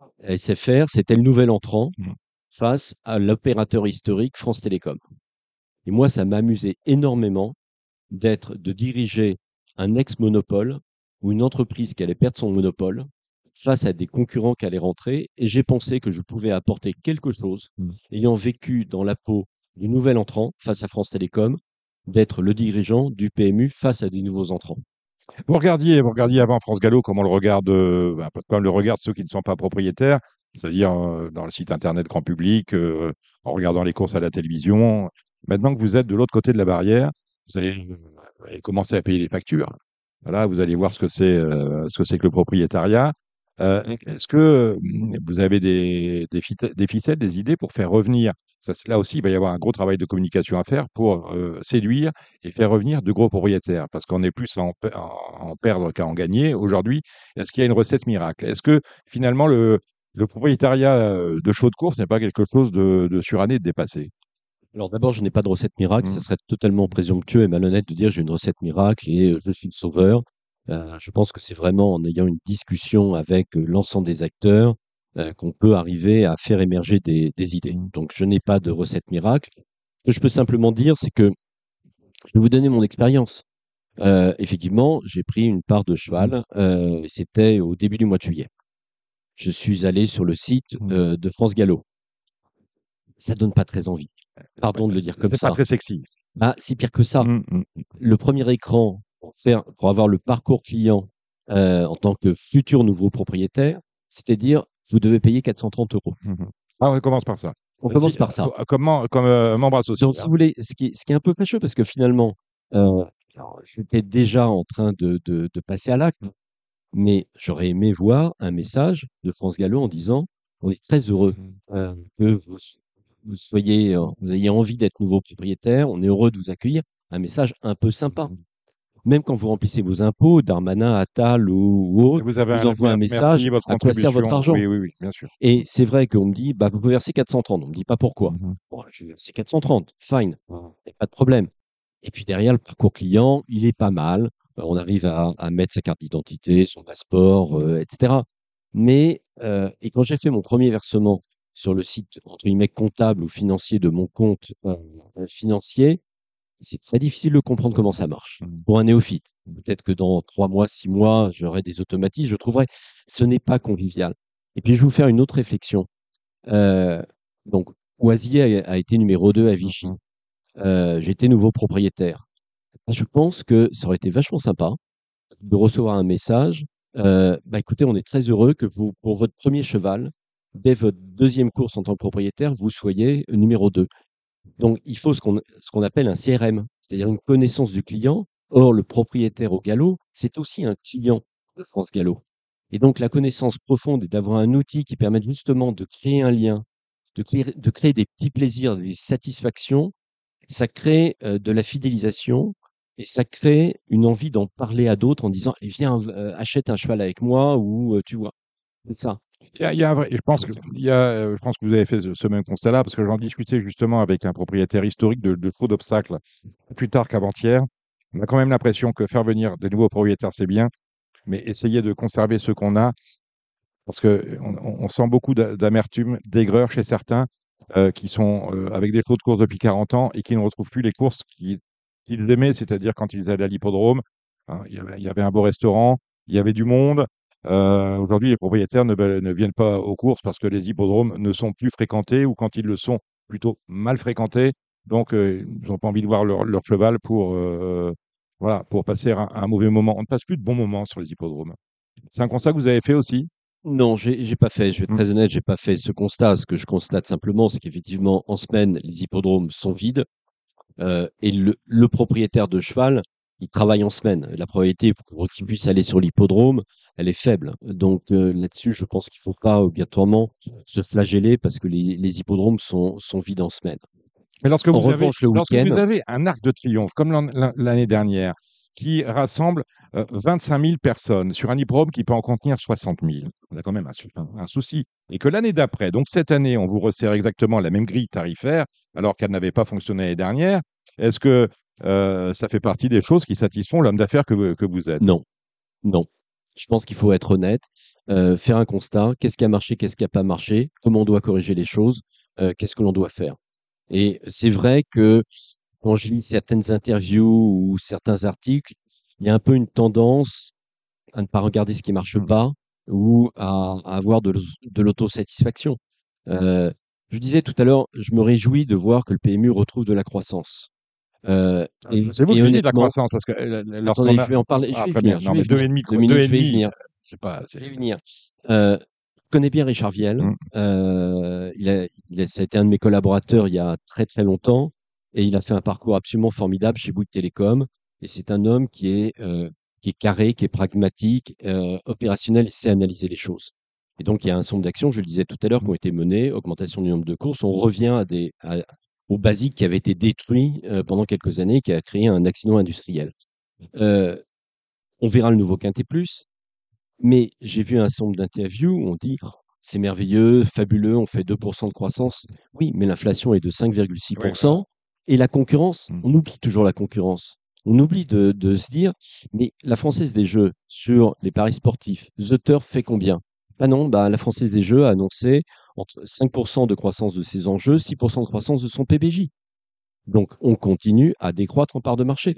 S F R, c'était le nouvel entrant Mmh. face à l'opérateur historique France Télécom. Et moi, ça m'amusait énormément d'être de diriger un ex-monopole ou une entreprise qui allait perdre son monopole face à des concurrents qui allaient rentrer et j'ai pensé que je pouvais apporter quelque chose, Mmh. ayant vécu dans la peau du nouvel entrant face à France Télécom, d'être le dirigeant du P M U face à des nouveaux entrants. Vous regardiez vous regardiez avant France Gallo comme on le regarde, heu, bah, comme le regardent ceux qui ne sont pas propriétaires, c'est-à-dire, heu, dans le site internet grand public, heu, en regardant les courses à la télévision. Maintenant que vous êtes de l'autre côté de la barrière, vous allez, heu, allez commencer à payer les factures. Voilà, vous allez voir ce que c'est, heu, ce que c'est que le propriétariat. Heu, est-ce que, mmh, vous avez des des fite des ficelles, des idées pour faire revenir ça c'est là aussi, il va y avoir un gros travail de communication à faire pour, heu, séduire et faire revenir de gros propriétaires? Parce qu'on est plus à en pe à en perdre qu'à en gagner aujourd'hui. Est-ce qu'il y a une recette miracle? Est-ce que finalement le le propriétariat, heu, de chevaux de course n'est pas quelque chose de de suranné, de dépassé? Alors d'abord, je n'ai pas de recette miracle, ça Mmh. serait totalement présomptueux et malhonnête de dire j'ai une recette miracle et heu, je suis le sauveur. Heu, je pense que c'est vraiment en ayant une discussion avec, heu, l'ensemble des acteurs, heu, qu'on peut arriver à faire émerger des des idées. Mmh. Donc je n'ai pas de recette miracle. Ce que je peux simplement dire, c'est que je vais vous donner mon expérience. Heu, effectivement, j'ai pris une part de Mmh. cheval, heu, c'était au début du mois de juillet. Je suis allé sur le site, Mmh. heu, de France Gallo. Ça donne pas très envie. Ouais, Pardon de le c'est dire comme c'est pas ça. très sexy. Bah, c'est pire que ça. Mmh mh. Le premier écran pour faire pour avoir le parcours client, heu, en tant que futur nouveau propriétaire, c'est-à-dire vous devez payer quatre cent trente euros. Mmh mh. Ah, on commence par ça. On Si, commence par ça. co comme mem comme, heu, membre associé, Donc si hein. vous voulez, ce qui est ce qui est un peu fâcheux parce que finalement, heu, alors j'étais déjà en train de de de passer à l'acte, mais j'aurais aimé voir un message de France Gallo en disant: «On est très heureux, Mmh. heu, que vous s vous soyez, heu, vous ayez envie d'être nouveau propriétaire. On est heureux de vous accueillir». Un message un peu sympa. Mmh. Même quand vous remplissez vos impôts, Darmanin, Attal ou ou Et autres vous avez vous un envoie un mer message: merci, votre «À quoi sert votre contribution. argent?» Oui, oui, oui, bien sûr. Et c'est vrai qu'on me dit: «Bah, vous pouvez verser quatre cent trente». On me dit pas pourquoi. Mmh mh. Bon, je vais verser quatre cent trente, fine, il y a pas de problème. Et puis derrière, le parcours client, il est pas mal. Heu, on arrive à à mettre sa carte d'identité, son passeport, heu, et cetera. Mais, heu et quand j'ai fait mon premier versement sur le site, entre guillemets, «comptable» ou financier de mon compte, heu, financier, c'est très difficile de comprendre comment ça marche, Mmh. pour un néophyte. Peut-être que dans trois mois, six mois, j'aurai des automatismes, je trouverai. Ce n'est pas convivial. Et puis je vais vous faire une autre réflexion. Heu, donc Oisier a a été numéro deux à Mmh Vichy. mh. Heu, j'étais nouveau propriétaire. Je pense que ça aurait été vachement sympa de recevoir un message, heu: «Bah, écoutez, on est très heureux que vous pour votre premier cheval, dès votre deuxième course en tant que propriétaire, vous soyez numéro deux». Donc il faut ce qu'on ce qu'on appelle un C R M, c'est-à-dire une connaissance du client. Or, le propriétaire au galop, c'est aussi un client de France Gallo et donc la connaissance profonde et d'avoir un outil qui permette justement de créer un lien, de créer de créer des petits plaisirs, des satisfactions, ça crée, heu, de la fidélisation et ça crée une envie d'en parler à d'autres en disant: «Eh viens, v achète un cheval avec moi» ou, heu, tu vois? C'est ça. Il y a il y a un vrai je pense que il y a, heu, je pense que vous avez fait ce ce même constat-là parce que j'en discutais justement avec un propriétaire historique de de faux d'obstacles, plus tard qu'avant-hier. On a quand même l'impression que faire venir des nouveaux propriétaires, c'est bien, mais essayer de conserver ceux qu'on a, parce qu'on on on sent beaucoup d'a d'amertume, d'aigreur chez certains, heu, qui sont, heu, avec des chevaux de course depuis quarante ans et qui ne retrouvent plus les courses qui qu'ils aimaient, c'est-à-dire quand ils allaient à l'hippodrome, hein, il y avait il y avait un beau restaurant, il y avait du monde. Heu, aujourd'hui, les propriétaires ne ve ne viennent pas aux courses parce que les hippodromes ne sont plus fréquentés ou quand ils le sont, plutôt mal fréquentés. Donc, heu, ils n'ont pas envie de voir leur leur cheval pour, heu, voilà, pour passer un un mauvais moment. On ne passe plus de bons moments sur les hippodromes. C'est un constat que vous avez fait aussi? Non, j'ai j'ai pas fait, je vais être Mmh. très honnête, j'ai pas fait ce constat. Ce que je constate simplement, c'est qu'effectivement, en semaine, les hippodromes sont vides, heu et le le propriétaire de cheval, il travaille en semaine. La probabilité pour qu'il puisse aller sur l'hippodrome, elle est faible. Donc heu, là-dessus, je pense qu'il faut pas obligatoirement se flageller parce que les les hippodromes sont sont vides en semaine. Mais lorsque En vous avez revanche, le lorsque vous week-end, avez un arc de triomphe comme l'an l'an l'année dernière, qui rassemble, heu, vingt-cinq mille personnes sur un hippodrome qui peut en contenir soixante mille, on a quand même un sou un un souci et que l'année d'après, donc cette année, on vous resserre exactement la même grille tarifaire, alors qu'elle n'avait pas fonctionné l'année dernière. Est-ce que, heu, ça fait partie des choses qui satisfont l'homme d'affaires que vous que vous êtes? non, non. Je pense qu'il faut être honnête, heu, faire un constat. Qu'est-ce qui a marché? Qu'est-ce qui a pas marché? Comment on doit corriger les choses? Heu, qu'est-ce que l'on doit faire? Et c'est vrai que quand je lis certaines interviews ou certains articles, il y a un peu une tendance à ne pas regarder ce qui marche Mmh. pas ou à à avoir de l'au de l'autosatisfaction. Heu, je disais tout à l'heure, je me réjouis de voir que le P M U retrouve de la croissance. Heu et C'est vous et qui dites la honnêtement croissance parce que, heu, attendez, lorsqu'on je a vais en parler, je ah vais y très bien, venir, je non vais y mais deux venir. et demi deux cro deux et minutes, je vais y demi, venir, heu, c'est pas je c'est vais y venir. Heu, je connais bien Richard Viel, mmh. heu, il a il a ça a été un de mes collaborateurs il y a très, très longtemps et il a fait un parcours absolument formidable chez Bouygues Télécom et c'est un homme qui est, heu, qui est carré, qui est pragmatique, heu, opérationnel, il sait analyser les choses et donc il y a un certain nombre d'actions, je le disais tout à l'heure, qui ont été menées, augmentation du nombre de courses. On revient à des à aux basiques qui avaient été détruits, heu, pendant quelques années, qui a créé un accident industriel. Heu, on verra le nouveau Quintet Plus, mais j'ai vu un certain nombre d'interviews où on dit: «Oh, c'est merveilleux, fabuleux, on fait deux pour cent de croissance». Oui, mais l'inflation est de Oui, voilà. cinq virgule six pour cent et la concurrence, Mmh. on oublie toujours la concurrence. On oublie de de se dire: «Mais la Française des Jeux sur les paris sportifs, The Turf fait combien?» Ah non, bah, la Française des Jeux a annoncé entre cinq pour cent de croissance de ses enjeux, six pour cent de croissance de son P B J. Donc on continue à décroître en part de marché.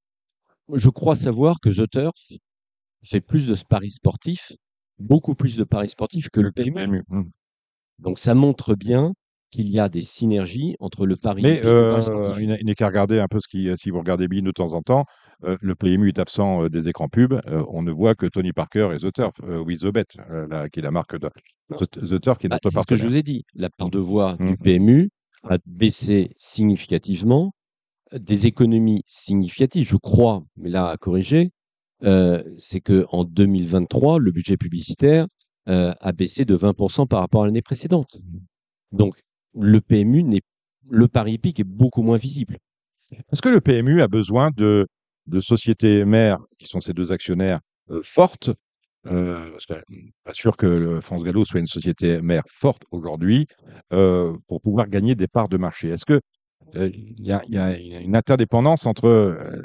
Je crois savoir que The Turf fait plus de paris sportifs, beaucoup plus de paris sportifs que Que le que le P M U. P M U. Mmh. Donc ça montre bien qu'il y a des synergies entre le pari Mais hippique et le pari heu, sportif. il n'est il n'est qu'à regarder un peu ce qui, heu, si vous regardez Bein de temps en temps, heu, le P M U est absent, heu, des écrans pubs, heu, on ne voit que Tony Parker et The Turf, heu, With The Bet, heu, la qui est la marque de The The Turf qui est Bah, notre c'est ce que je partenaire. vous ai dit. La Mmh. part de voix Mmh. du P M U a baissé significativement, des économies significatives, je crois, mais là à corriger, heu, c'est qu'en deux mille vingt-trois, le budget publicitaire, heu, a baissé de vingt pour cent par rapport à l'année précédente. Donc le P M U n'est le pari hippique est beaucoup moins visible. Est-ce que le P M U a besoin de de sociétés mères, qui sont ses deux actionnaires, heu, fortes? Heu, parce que, mmh, pas sûr que le France Gallo soit une société mère forte aujourd'hui, heu, pour pouvoir gagner des parts de marché. Est-ce que, heu, il y a il y a il y a une interdépendance entre, heu,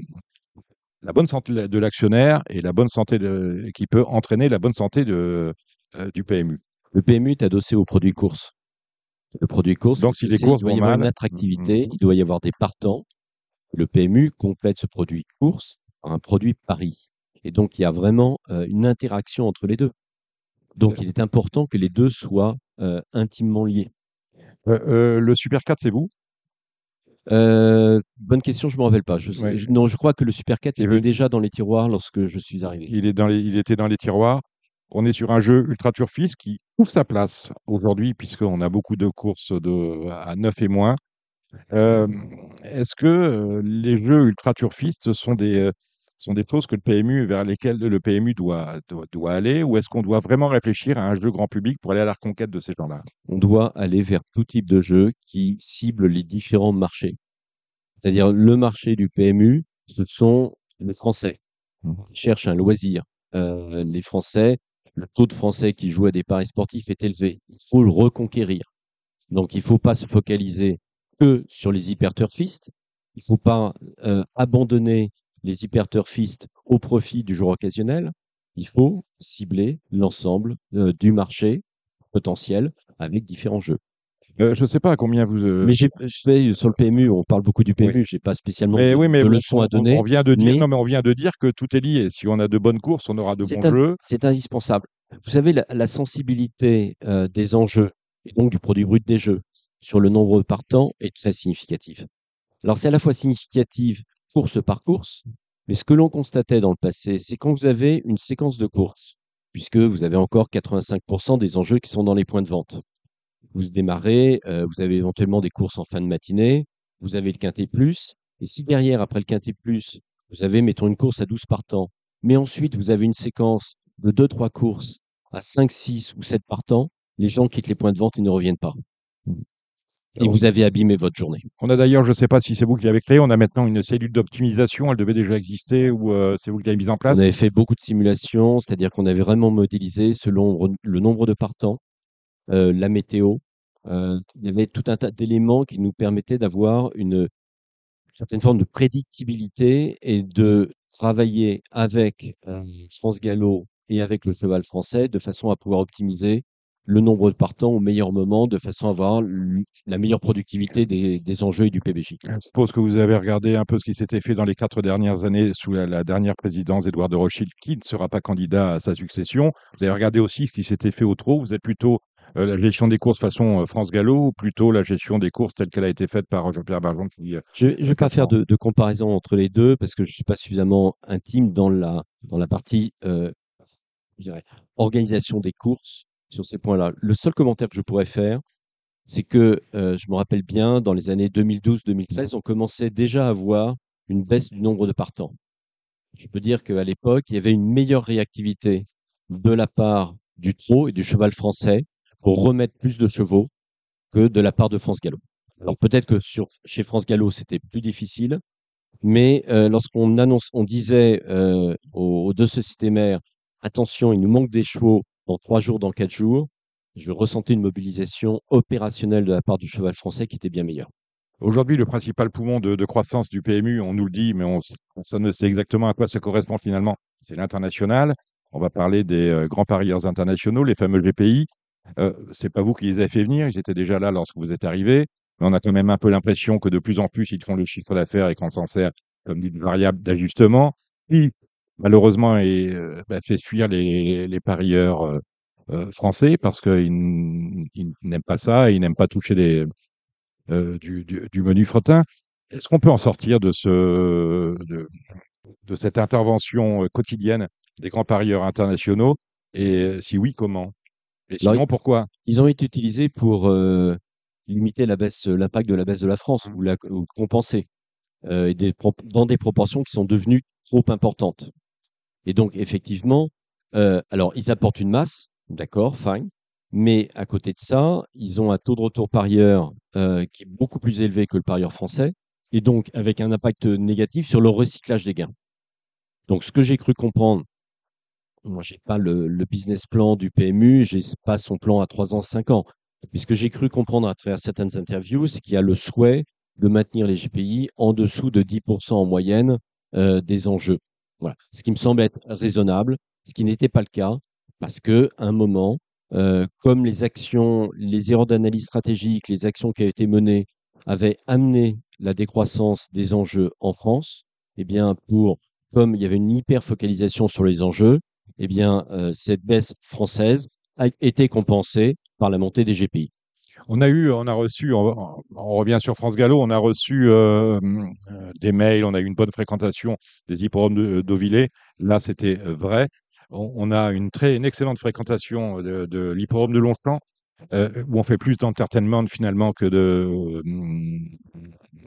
la bonne santé de de l'actionnaire et la bonne santé de qui peut entraîner la bonne santé de, heu, du P M U? Le P M U est adossé au produit course. Le produit course, Donc qu'est-ce si que les c'est? Il courses doit vont y avoir une mal mmh mh. attractivité, il doit y avoir des partants. Le P M U complète ce produit course par un produit pari et donc il y a vraiment, heu, une interaction entre les deux. Donc il est important que les deux soient, heu, intimement liés. Heu heu, le Super quatre, c'est vous? Heu, bonne question, je me rappelle pas. Je sais Ouais, je non, je crois que le Super quatre est était venu déjà dans les tiroirs lorsque je suis arrivé. il est dans les il était dans les tiroirs. On est sur un jeu ultra turfiste qui trouve sa place aujourd'hui puisqu'on a beaucoup de courses de à neuf et moins. Hem, est-ce que, heu, les jeux ultra turfistes sont des, heu sont des choses que le P M U, vers lesquelles le P M U doit, doit, doit aller, ou est-ce qu'on doit vraiment réfléchir à un jeu grand public pour aller à la reconquête de ces gens-là? On doit aller vers tout type de jeu qui cible les différents marchés. C'est-à-dire le marché du P M U, ce sont les Français Mhm. qui cherchent un loisir. Euh, les Français, le taux de Français qui jouent à des paris sportifs est élevé. Il faut le reconquérir. Donc, il ne faut pas se focaliser que sur les hyperturfistes. Il ne faut pas euh, abandonner les hyperturfistes au profit du joueur occasionnel. Il faut cibler l'ensemble euh, du marché potentiel avec différents jeux. Euh, je ne sais pas à combien vous. euh, Mais j'ai, je fais sur le P M U, on parle beaucoup du oui. P M U, j'ai pas spécialement Mais de, oui, mais de bon, leçons on, à on- on donner, vient de dire, mais non, mais on vient de dire que tout est lié. Si on a de bonnes courses, on aura de bons c'est, ind- jeux. c'est indispensable. Vous savez, la, la sensibilité euh, des enjeux et donc du produit brut des jeux sur le nombre de partants est très significative. Alors, c'est à la fois significatif course par course, mais ce que l'on constatait dans le passé, c'est quand vous avez une séquence de courses, puisque vous avez encore quatre-vingt-cinq pour cent des enjeux qui sont dans les points de vente. Vous démarrez, euh, vous avez éventuellement des courses en fin de matinée, vous avez le quintet plus, et si derrière, après le quintet plus, vous avez, mettons, une course à douze partants, mais ensuite vous avez une séquence de deux trois courses à cinq six ou sept partants, les gens quittent les points de vente et ne reviennent pas. Et On vous avez abîmé votre journée. on a d'ailleurs, je ne sais pas si c'est vous qui l'avez créé, on a maintenant une cellule d'optimisation. Elle devait déjà exister ou euh, c'est vous qui l'avez mise en On place? avait fait beaucoup de simulations, c'est-à-dire qu'on avait vraiment modélisé selon re- le nombre de partants, euh, la météo. Euh, il y avait tout un tas d'éléments qui nous permettaient d'avoir une certaine forme de prédictibilité et de travailler avec euh, France Gallo et avec le cheval français de façon à pouvoir optimiser le nombre de partants au meilleur moment, de façon à avoir l- la meilleure productivité des, des enjeux et du P B J. Je suppose que vous avez regardé un peu ce qui s'était fait dans les quatre dernières années sous la, la dernière présidence d'Édouard de Rothschild, qui ne sera pas candidat à sa succession. Vous avez regardé aussi ce qui s'était fait au trot. Vous êtes plutôt euh, la gestion des courses façon euh, France Gallo ou plutôt la gestion des courses telle qu'elle a été faite par Jean-Pierre Barjon il y a Je ne vais pas quatre faire ans? de, de comparaison entre les deux parce que je ne suis pas suffisamment intime dans la, dans la partie euh, je dirais, organisation des courses sur ces points-là. Le seul commentaire que je pourrais faire, c'est que euh, je me rappelle bien, dans les années deux mille douze deux mille treize, on commençait déjà à voir une baisse du nombre de partants. Je peux dire qu'à l'époque, il y avait une meilleure réactivité de la part du trot et du cheval français pour remettre plus de chevaux que de la part de France Gallo. Alors peut-être que sur, chez France Gallo, c'était plus difficile, mais euh, lorsqu'on annonce, on disait euh, aux, aux deux sociétés mères, attention, il nous manque des chevaux dans trois jours, dans quatre jours, je ressentais une mobilisation opérationnelle de la part du cheval français qui était bien meilleure. Aujourd'hui, le principal poumon de, de croissance du P M U, on nous le dit, mais on, ça ne sait exactement à quoi ça correspond finalement. C'est l'international. On va parler des euh, grands parieurs internationaux, les fameux G P I. Euh, c'est pas vous qui les avez fait venir, ils étaient déjà là lorsque vous êtes arrivé. Mais on a quand même un peu l'impression que de plus en plus, ils font le chiffre d'affaires et qu'on s'en sert comme d'une variable d'ajustement, qui malheureusement est, euh, bah, fait fuir les, les parieurs euh, euh, français parce qu'ils n- ils n'aiment pas ça, et ils n'aiment pas toucher les, euh, du, du- du menu fretin. Est-ce qu'on peut en sortir de, ce, de, de cette intervention euh, quotidienne des grands parieurs internationaux? Et euh, si oui, comment? Et Alors, sinon, pourquoi? ils ont été utilisés pour euh, limiter la baisse, l'impact de la baisse de la France ou, la, ou compenser euh, et des, pro- dans des proportions qui sont devenues trop importantes. Et donc, effectivement, euh, alors ils apportent une masse, d'accord, fine, mais à côté de ça, ils ont un taux de retour parieur euh, qui est beaucoup plus élevé que le parieur français, et donc avec un impact négatif sur le recyclage des gains. Donc, ce que j'ai cru comprendre, moi, j'ai pas le, le business plan du P M U, j'ai pas son plan à trois ans, cinq ans. Mais ce que j'ai cru comprendre à travers certaines interviews, c'est qu'il y a le souhait de maintenir les G P I en dessous de dix pour cent en moyenne euh, des enjeux. Voilà. Ce qui me semble être raisonnable, ce qui n'était pas le cas, parce que à un moment, euh, comme les actions, les erreurs d'analyse stratégique, les actions qui avaient été menées avaient amené la décroissance des enjeux en France, eh bien, pour, comme il y avait une hyper focalisation sur les enjeux, eh bien, euh, cette baisse française a été compensée par la montée des G P I. On a eu, on a reçu, on, on revient sur France Gallo, on a reçu euh, euh, des mails, on a eu une bonne fréquentation des hippodromes de- d'Auvillé. Là, c'était euh, vrai. On, on a une très, une excellente fréquentation de, de l'hippodrome de Longchamp, euh, où on fait plus d'entertainment finalement que de,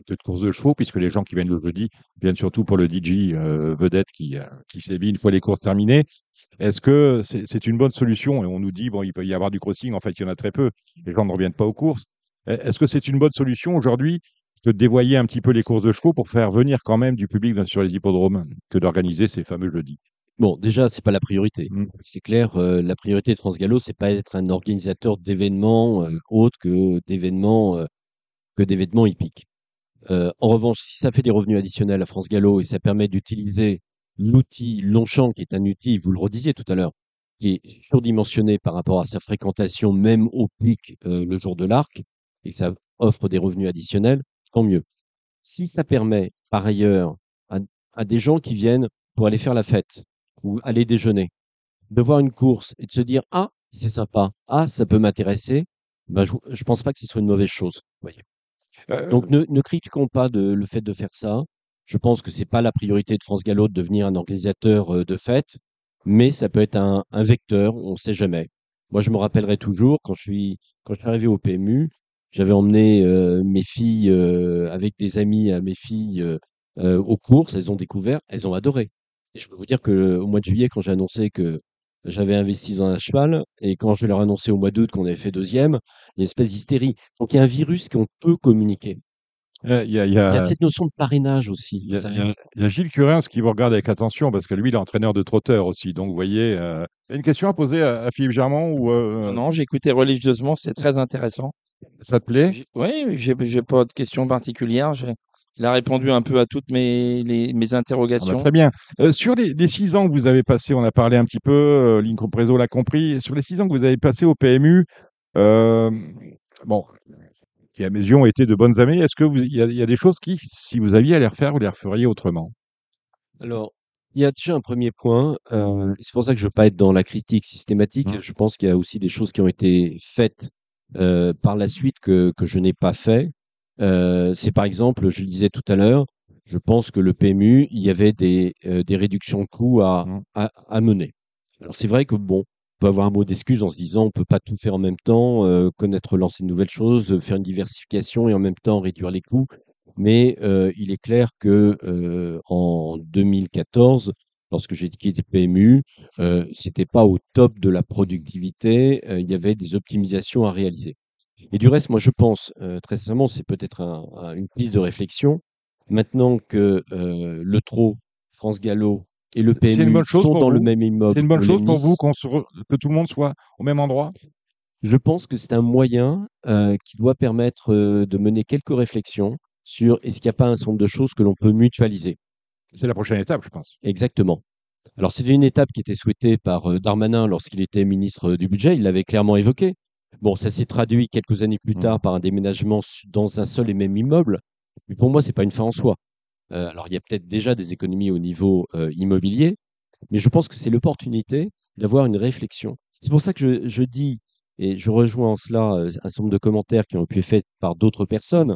peu de courses de chevaux, puisque les gens qui viennent le jeudi viennent surtout pour le D J euh, vedette qui, euh, qui sévit une fois les courses terminées. Est-ce que c'est c'est une bonne solution? Et on nous dit, bon, il peut y avoir du crossing, en fait, il y en a très peu. Les gens ne reviennent pas aux courses. E- Est-ce que c'est une bonne solution aujourd'hui de dévoyer un petit peu les courses de chevaux pour faire venir quand même du public dans- sur les hippodromes que d'organiser ces fameux jeudis? Bon, déjà, c'est pas la priorité. Mm. C'est clair, euh, la priorité de France Gallo, c'est pas être un organisateur d'événements euh, autres que d'événements euh, que d'événements hippiques. Euh, en revanche, si ça fait des revenus additionnels à France Gallo et ça permet d'utiliser l'outil Longchamp, qui est un outil, vous le redisiez tout à l'heure, qui est surdimensionné par rapport à sa fréquentation, même au pic euh, le jour de l'arc, et que ça offre des revenus additionnels, tant mieux. Si ça permet, par ailleurs, à, à des gens qui viennent pour aller faire la fête ou aller déjeuner, de voir une course et de se dire, ah, c'est sympa, ah, ça peut m'intéresser, ben, je ne pense pas que ce soit une mauvaise chose. Voyez. Euh, Donc ne, ne critiquons pas de, le fait de faire ça. Je pense que c'est pas la priorité de France Gallo de devenir un organisateur euh, de fêtes, mais ça peut être un, un vecteur, on ne sait jamais. Moi, je me rappellerai toujours quand je suis, quand je suis arrivé au P M U, j'avais emmené euh, mes filles euh, avec des amis à mes filles euh, euh, aux courses, elles ont découvert, elles ont adoré. Et je peux vous dire que au mois de juillet, quand j'ai annoncé que j'avais investi dans un cheval, et quand je leur ai annoncé au mois d'août qu'on avait fait deuxième, il y a une espèce d'hystérie. Donc il y a un virus qu'on peut communiquer. euh, Il y a, il y Il y a a- cette notion de parrainage aussi, il y vous a- il y savez. a- il y a Gilles Curens qui vous regarde avec attention parce que lui, il est entraîneur de trotteurs aussi. Donc, vous voyez, euh, il y a une question à poser à, à Philippe Germand ou Non, euh, non, j'ai écouté religieusement, c'est très intéressant. ça te plaît? J'ai- Oui, j'ai j'ai pas de questions particulières. j'ai- Il a répondu un peu à toutes mes, les- mes Ah bah, interrogations. très bien. Euh, sur les, les six ans que vous avez passés, on a parlé un petit peu, euh, Lynn Compreso l'a compris, sur les six ans que vous avez passés au P M U, euh, bon, qui à mes yeux ont été de bonnes années, est-ce que vous, il y a, il y a des choses qui, si vous aviez à les refaire, vous les referiez autrement? Alors, il y a déjà un premier point, euh, c'est pour ça que je ne veux pas être dans la critique systématique. Hein. Je pense qu'il y a aussi des choses qui ont été faites euh, par la suite que, que je n'ai pas fait. Euh, c'est par exemple, je le disais tout à l'heure, je pense que le P M U, il y avait des, euh, des réductions de coûts à, Hein. à, à mener. Alors c'est vrai que bon, on peut avoir un mot d'excuse en se disant on ne peut pas tout faire en même temps, euh, connaître, lancer de nouvelles choses, euh, faire une diversification et en même temps réduire les coûts. Mais euh, il est clair que euh, en deux mille quatorze, lorsque j'ai quitté P M U, euh, c'était pas au top de la productivité. Euh, il y avait des optimisations à réaliser. Et du reste, moi, je pense, euh, très sincèrement, c'est peut-être un- un- une piste de réflexion. Maintenant que euh, le Trot, France Gallo et le C'est une bonne P M U chose sont pour dans le vous? même C'est immeuble une bonne au chose pour vous Lemnis, qu'on se re- que tout le monde soit au même endroit? je pense que c'est un moyen euh, qui doit permettre euh, de mener quelques réflexions sur est-ce qu'il n'y a pas un certain nombre de choses que l'on peut mutualiser. C'est la prochaine étape, je pense. Exactement. Alors, c'était une étape qui était souhaitée par euh, Darmanin lorsqu'il était ministre euh, du Budget. Il l'avait clairement évoqué. Bon, ça s'est traduit quelques années plus Mmh. tard par un déménagement su- dans un seul et même immeuble. Mais pour moi, c'est pas une fin en soi. Euh, alors, il y a peut-être déjà des économies au niveau euh, immobilier, mais je pense que c'est l'opportunité d'avoir une réflexion. C'est pour ça que je, je dis, et je rejoins en cela euh, un certain nombre de commentaires qui ont pu être faits par d'autres personnes,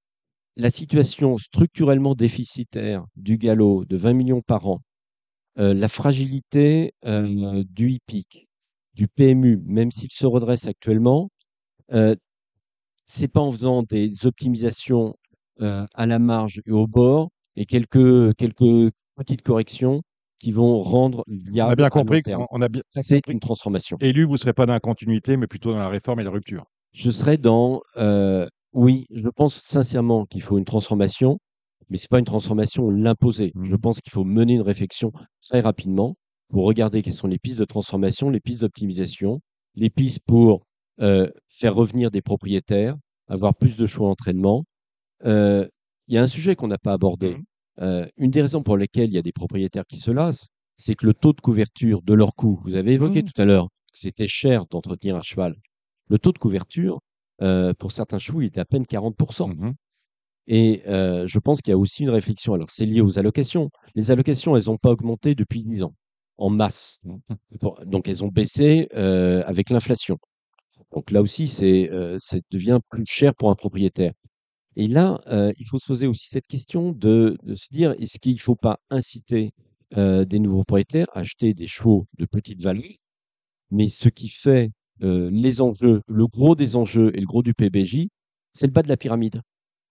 la situation structurellement déficitaire du galop de vingt millions par an, euh, la fragilité euh, du hippique, du P M U, même s'il se redresse actuellement, euh, c'est pas en faisant des optimisations euh, à la marge et au bord et quelques, quelques petites corrections qui vont rendre On a viable bien à long compris terme. qu'on on a bien C'est compris une transformation. qu'élu, vous ne serez pas dans la continuité, mais plutôt dans la réforme et la rupture. Je serais dans, euh, oui, je pense sincèrement qu'il faut une transformation, mais c'est pas une transformation l'imposer. Je Mmh. pense qu'il faut mener une réflexion très rapidement pour regarder quelles sont les pistes de transformation, les pistes d'optimisation, les pistes pour euh, faire revenir des propriétaires, avoir plus de choix d'entraînement. Euh, Il y a un sujet qu'on n'a pas abordé. Mmh. Euh, une des raisons pour lesquelles il y a des propriétaires qui se lassent, c'est que le taux de couverture de leur coût, vous avez évoqué Mmh. tout à l'heure que c'était cher d'entretenir un cheval. Le taux de couverture, euh, pour certains chevaux, il était à peine quarante pour cent. Mmh. Et euh, je pense qu'il y a aussi une réflexion. Alors, c'est lié aux allocations. Les allocations, elles n'ont pas augmenté depuis dix ans, en masse. Mmh. Pour- Donc, elles ont baissé euh, avec l'inflation. Donc, là aussi, c'est, euh, ça devient plus cher pour un propriétaire. Et là, euh, il faut se poser aussi cette question de, de se dire, est-ce qu'il ne faut pas inciter euh, des nouveaux propriétaires à acheter des chevaux de petite valeur, mais ce qui fait euh, les enjeux, le gros des enjeux et le gros du P B J, c'est le bas de la pyramide.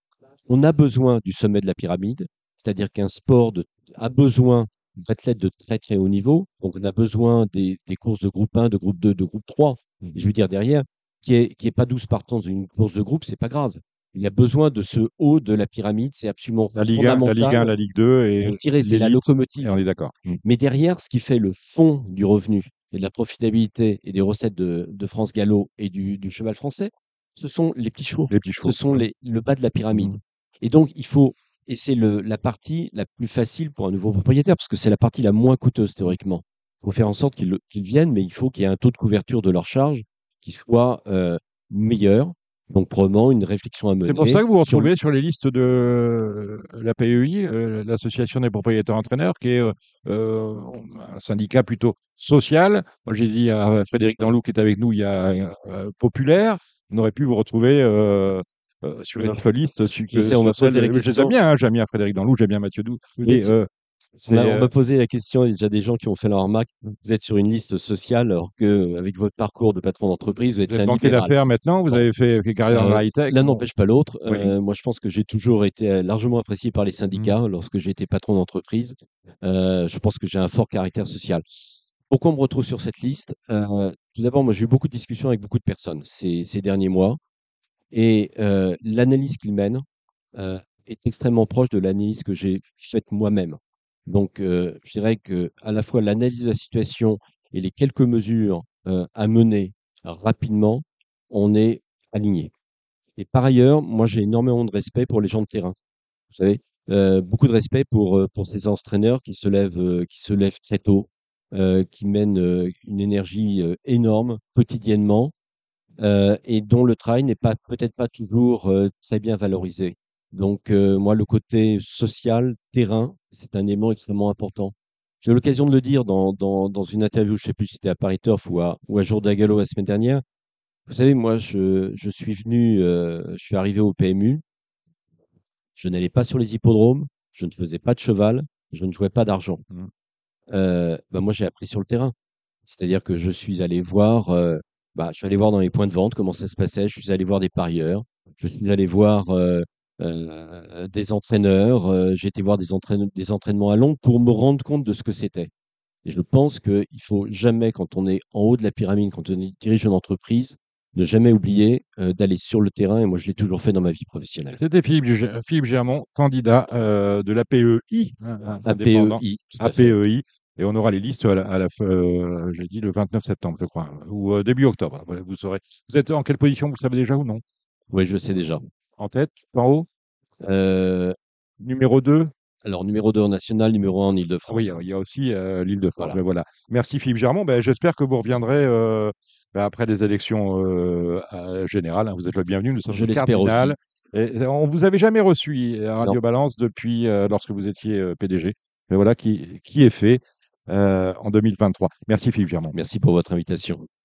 On a besoin du sommet de la pyramide, c'est-à-dire qu'un sport de- a besoin d'athlètes de très très haut niveau. Donc, on a besoin des, des courses de groupe un, de groupe deux, de groupe trois. Et je veux dire derrière, qui est, qui est pas douze partants dans une course de groupe, c'est pas grave. Il y a besoin de ce haut de la pyramide, c'est absolument La Ligue un, la Ligue un, fondamental la Ligue deux et pour tirer, c'est la l'élite, et locomotive. on est d'accord. Mm. Mais derrière, ce qui fait le fond du revenu et de la profitabilité et des recettes de, de France Gallo et du, du cheval français, ce sont les petits chevaux, Les petits ce chevaux. sont Mm. les, le bas de la pyramide. Mm. Et donc, il faut, et c'est le, la partie la plus facile pour un nouveau propriétaire, parce que c'est la partie la moins coûteuse théoriquement. Il faut faire en sorte qu'ils le- qu'ils viennent, mais il faut qu'il y ait un taux de couverture de leurs charges qui soit euh, meilleur. Donc, probablement une réflexion à C'est pour ça mener que vous vous sur le. retrouvez sur les listes de euh, la P E I, euh, l'Association des propriétaires entraîneurs, qui est euh, euh, un syndicat plutôt social. Moi, j'ai dit à Frédéric Danlou, qui est avec nous, il y a euh, populaire. On aurait pu vous retrouver euh, euh, sur une autre liste su- Je que sais, on sur m'a celle. posé la Je les aime question. bien, hein, j'aime bien Frédéric Danlou, j'aime bien Mathieu Doux. Vous Et êtes euh, On m'a c'est on euh, m'a posé la question, il y a déjà des gens qui ont fait la remarque, vous êtes sur une liste sociale alors que, avec votre parcours de patron d'entreprise, vous êtes vous êtes un banquier libéral. d'affaires maintenant, vous Bon, avez fait, fait carrière dans euh, la high-tech. l'un Bon, n'empêche pas l'autre. oui. Euh, moi, je pense que j'ai toujours été euh, largement apprécié par les Mm. syndicats lorsque j'ai été patron d'entreprise. Euh, je pense que j'ai un fort caractère social. Pourquoi on me retrouve sur cette liste? Euh, tout d'abord, moi, j'ai eu beaucoup de discussions avec beaucoup de personnes ces, ces derniers mois et euh, l'analyse qu'ils mènent euh, est extrêmement proche de l'analyse que j'ai faite moi-même. Donc, euh, je dirais que à la fois l'analyse de la situation et les quelques mesures euh, à mener rapidement, on est aligné. Et par ailleurs, moi, j'ai énormément de respect pour les gens de terrain. Vous savez, euh, beaucoup de respect pour, euh, pour ces entraîneurs qui se lèvent, euh, qui se lèvent très tôt, euh, qui mènent euh, une énergie euh, énorme quotidiennement euh, et dont le travail n'est pas peut-être pas toujours euh, très bien valorisé. Donc, euh, moi, le côté social, terrain, c'est un élément extrêmement important. J'ai eu l'occasion de le dire dans, dans, dans une interview, je ne sais plus si c'était à Paris Turf ou à, ou à Jour d'Agalo la semaine dernière. Vous savez, moi, je, je suis venu, euh, je suis arrivé au P M U, je n'allais pas sur les hippodromes, je ne faisais pas de cheval, je ne jouais pas d'argent. Mm. Euh, ben moi, j'ai appris sur le terrain. C'est-à-dire que je suis allé voir, euh, bah, je suis allé voir dans les points de vente comment ça se passait. Je suis allé voir des parieurs. Je suis allé voir euh, euh, des entraîneurs. Euh, j'ai été voir des, entraîne- des entraînements à Londres pour me rendre compte de ce que c'était. Et je pense qu'il faut jamais, quand on est en haut de la pyramide, quand on est- dirige une entreprise, ne jamais oublier euh, d'aller sur le terrain. Et moi, je l'ai toujours fait dans ma vie professionnelle. C'était Philippe, G- Philippe Germont, candidat euh, de l'A P E I, hein, indépendant, A P E I, tout à fait. A P E I, et on aura les listes à la, à la fin, euh, j'ai dit le vingt-neuf septembre, je crois, ou euh, début octobre. Voilà, vous saurez. Vous êtes en quelle position, vous le savez déjà ou non? Oui, je le sais déjà. En tête, en haut, Euh, numéro deux. alors, numéro deux en national, numéro un en Ah oui, Île-de-France. il y a aussi euh, l'Île-de-France. Voilà. Ben voilà. Merci Philippe Germont. Ben, j'espère que vous reviendrez euh, ben, après les élections euh, euh, générales, hein. Vous êtes le bienvenu. Nous sommes Je au l'espère Cardinal. aussi. Et on vous avait jamais reçu à Non, Radio Balance depuis euh, lorsque vous étiez euh, P D G. Mais voilà qui, qui est fait euh, en deux mille vingt-trois. Merci Philippe Germont. merci pour votre invitation.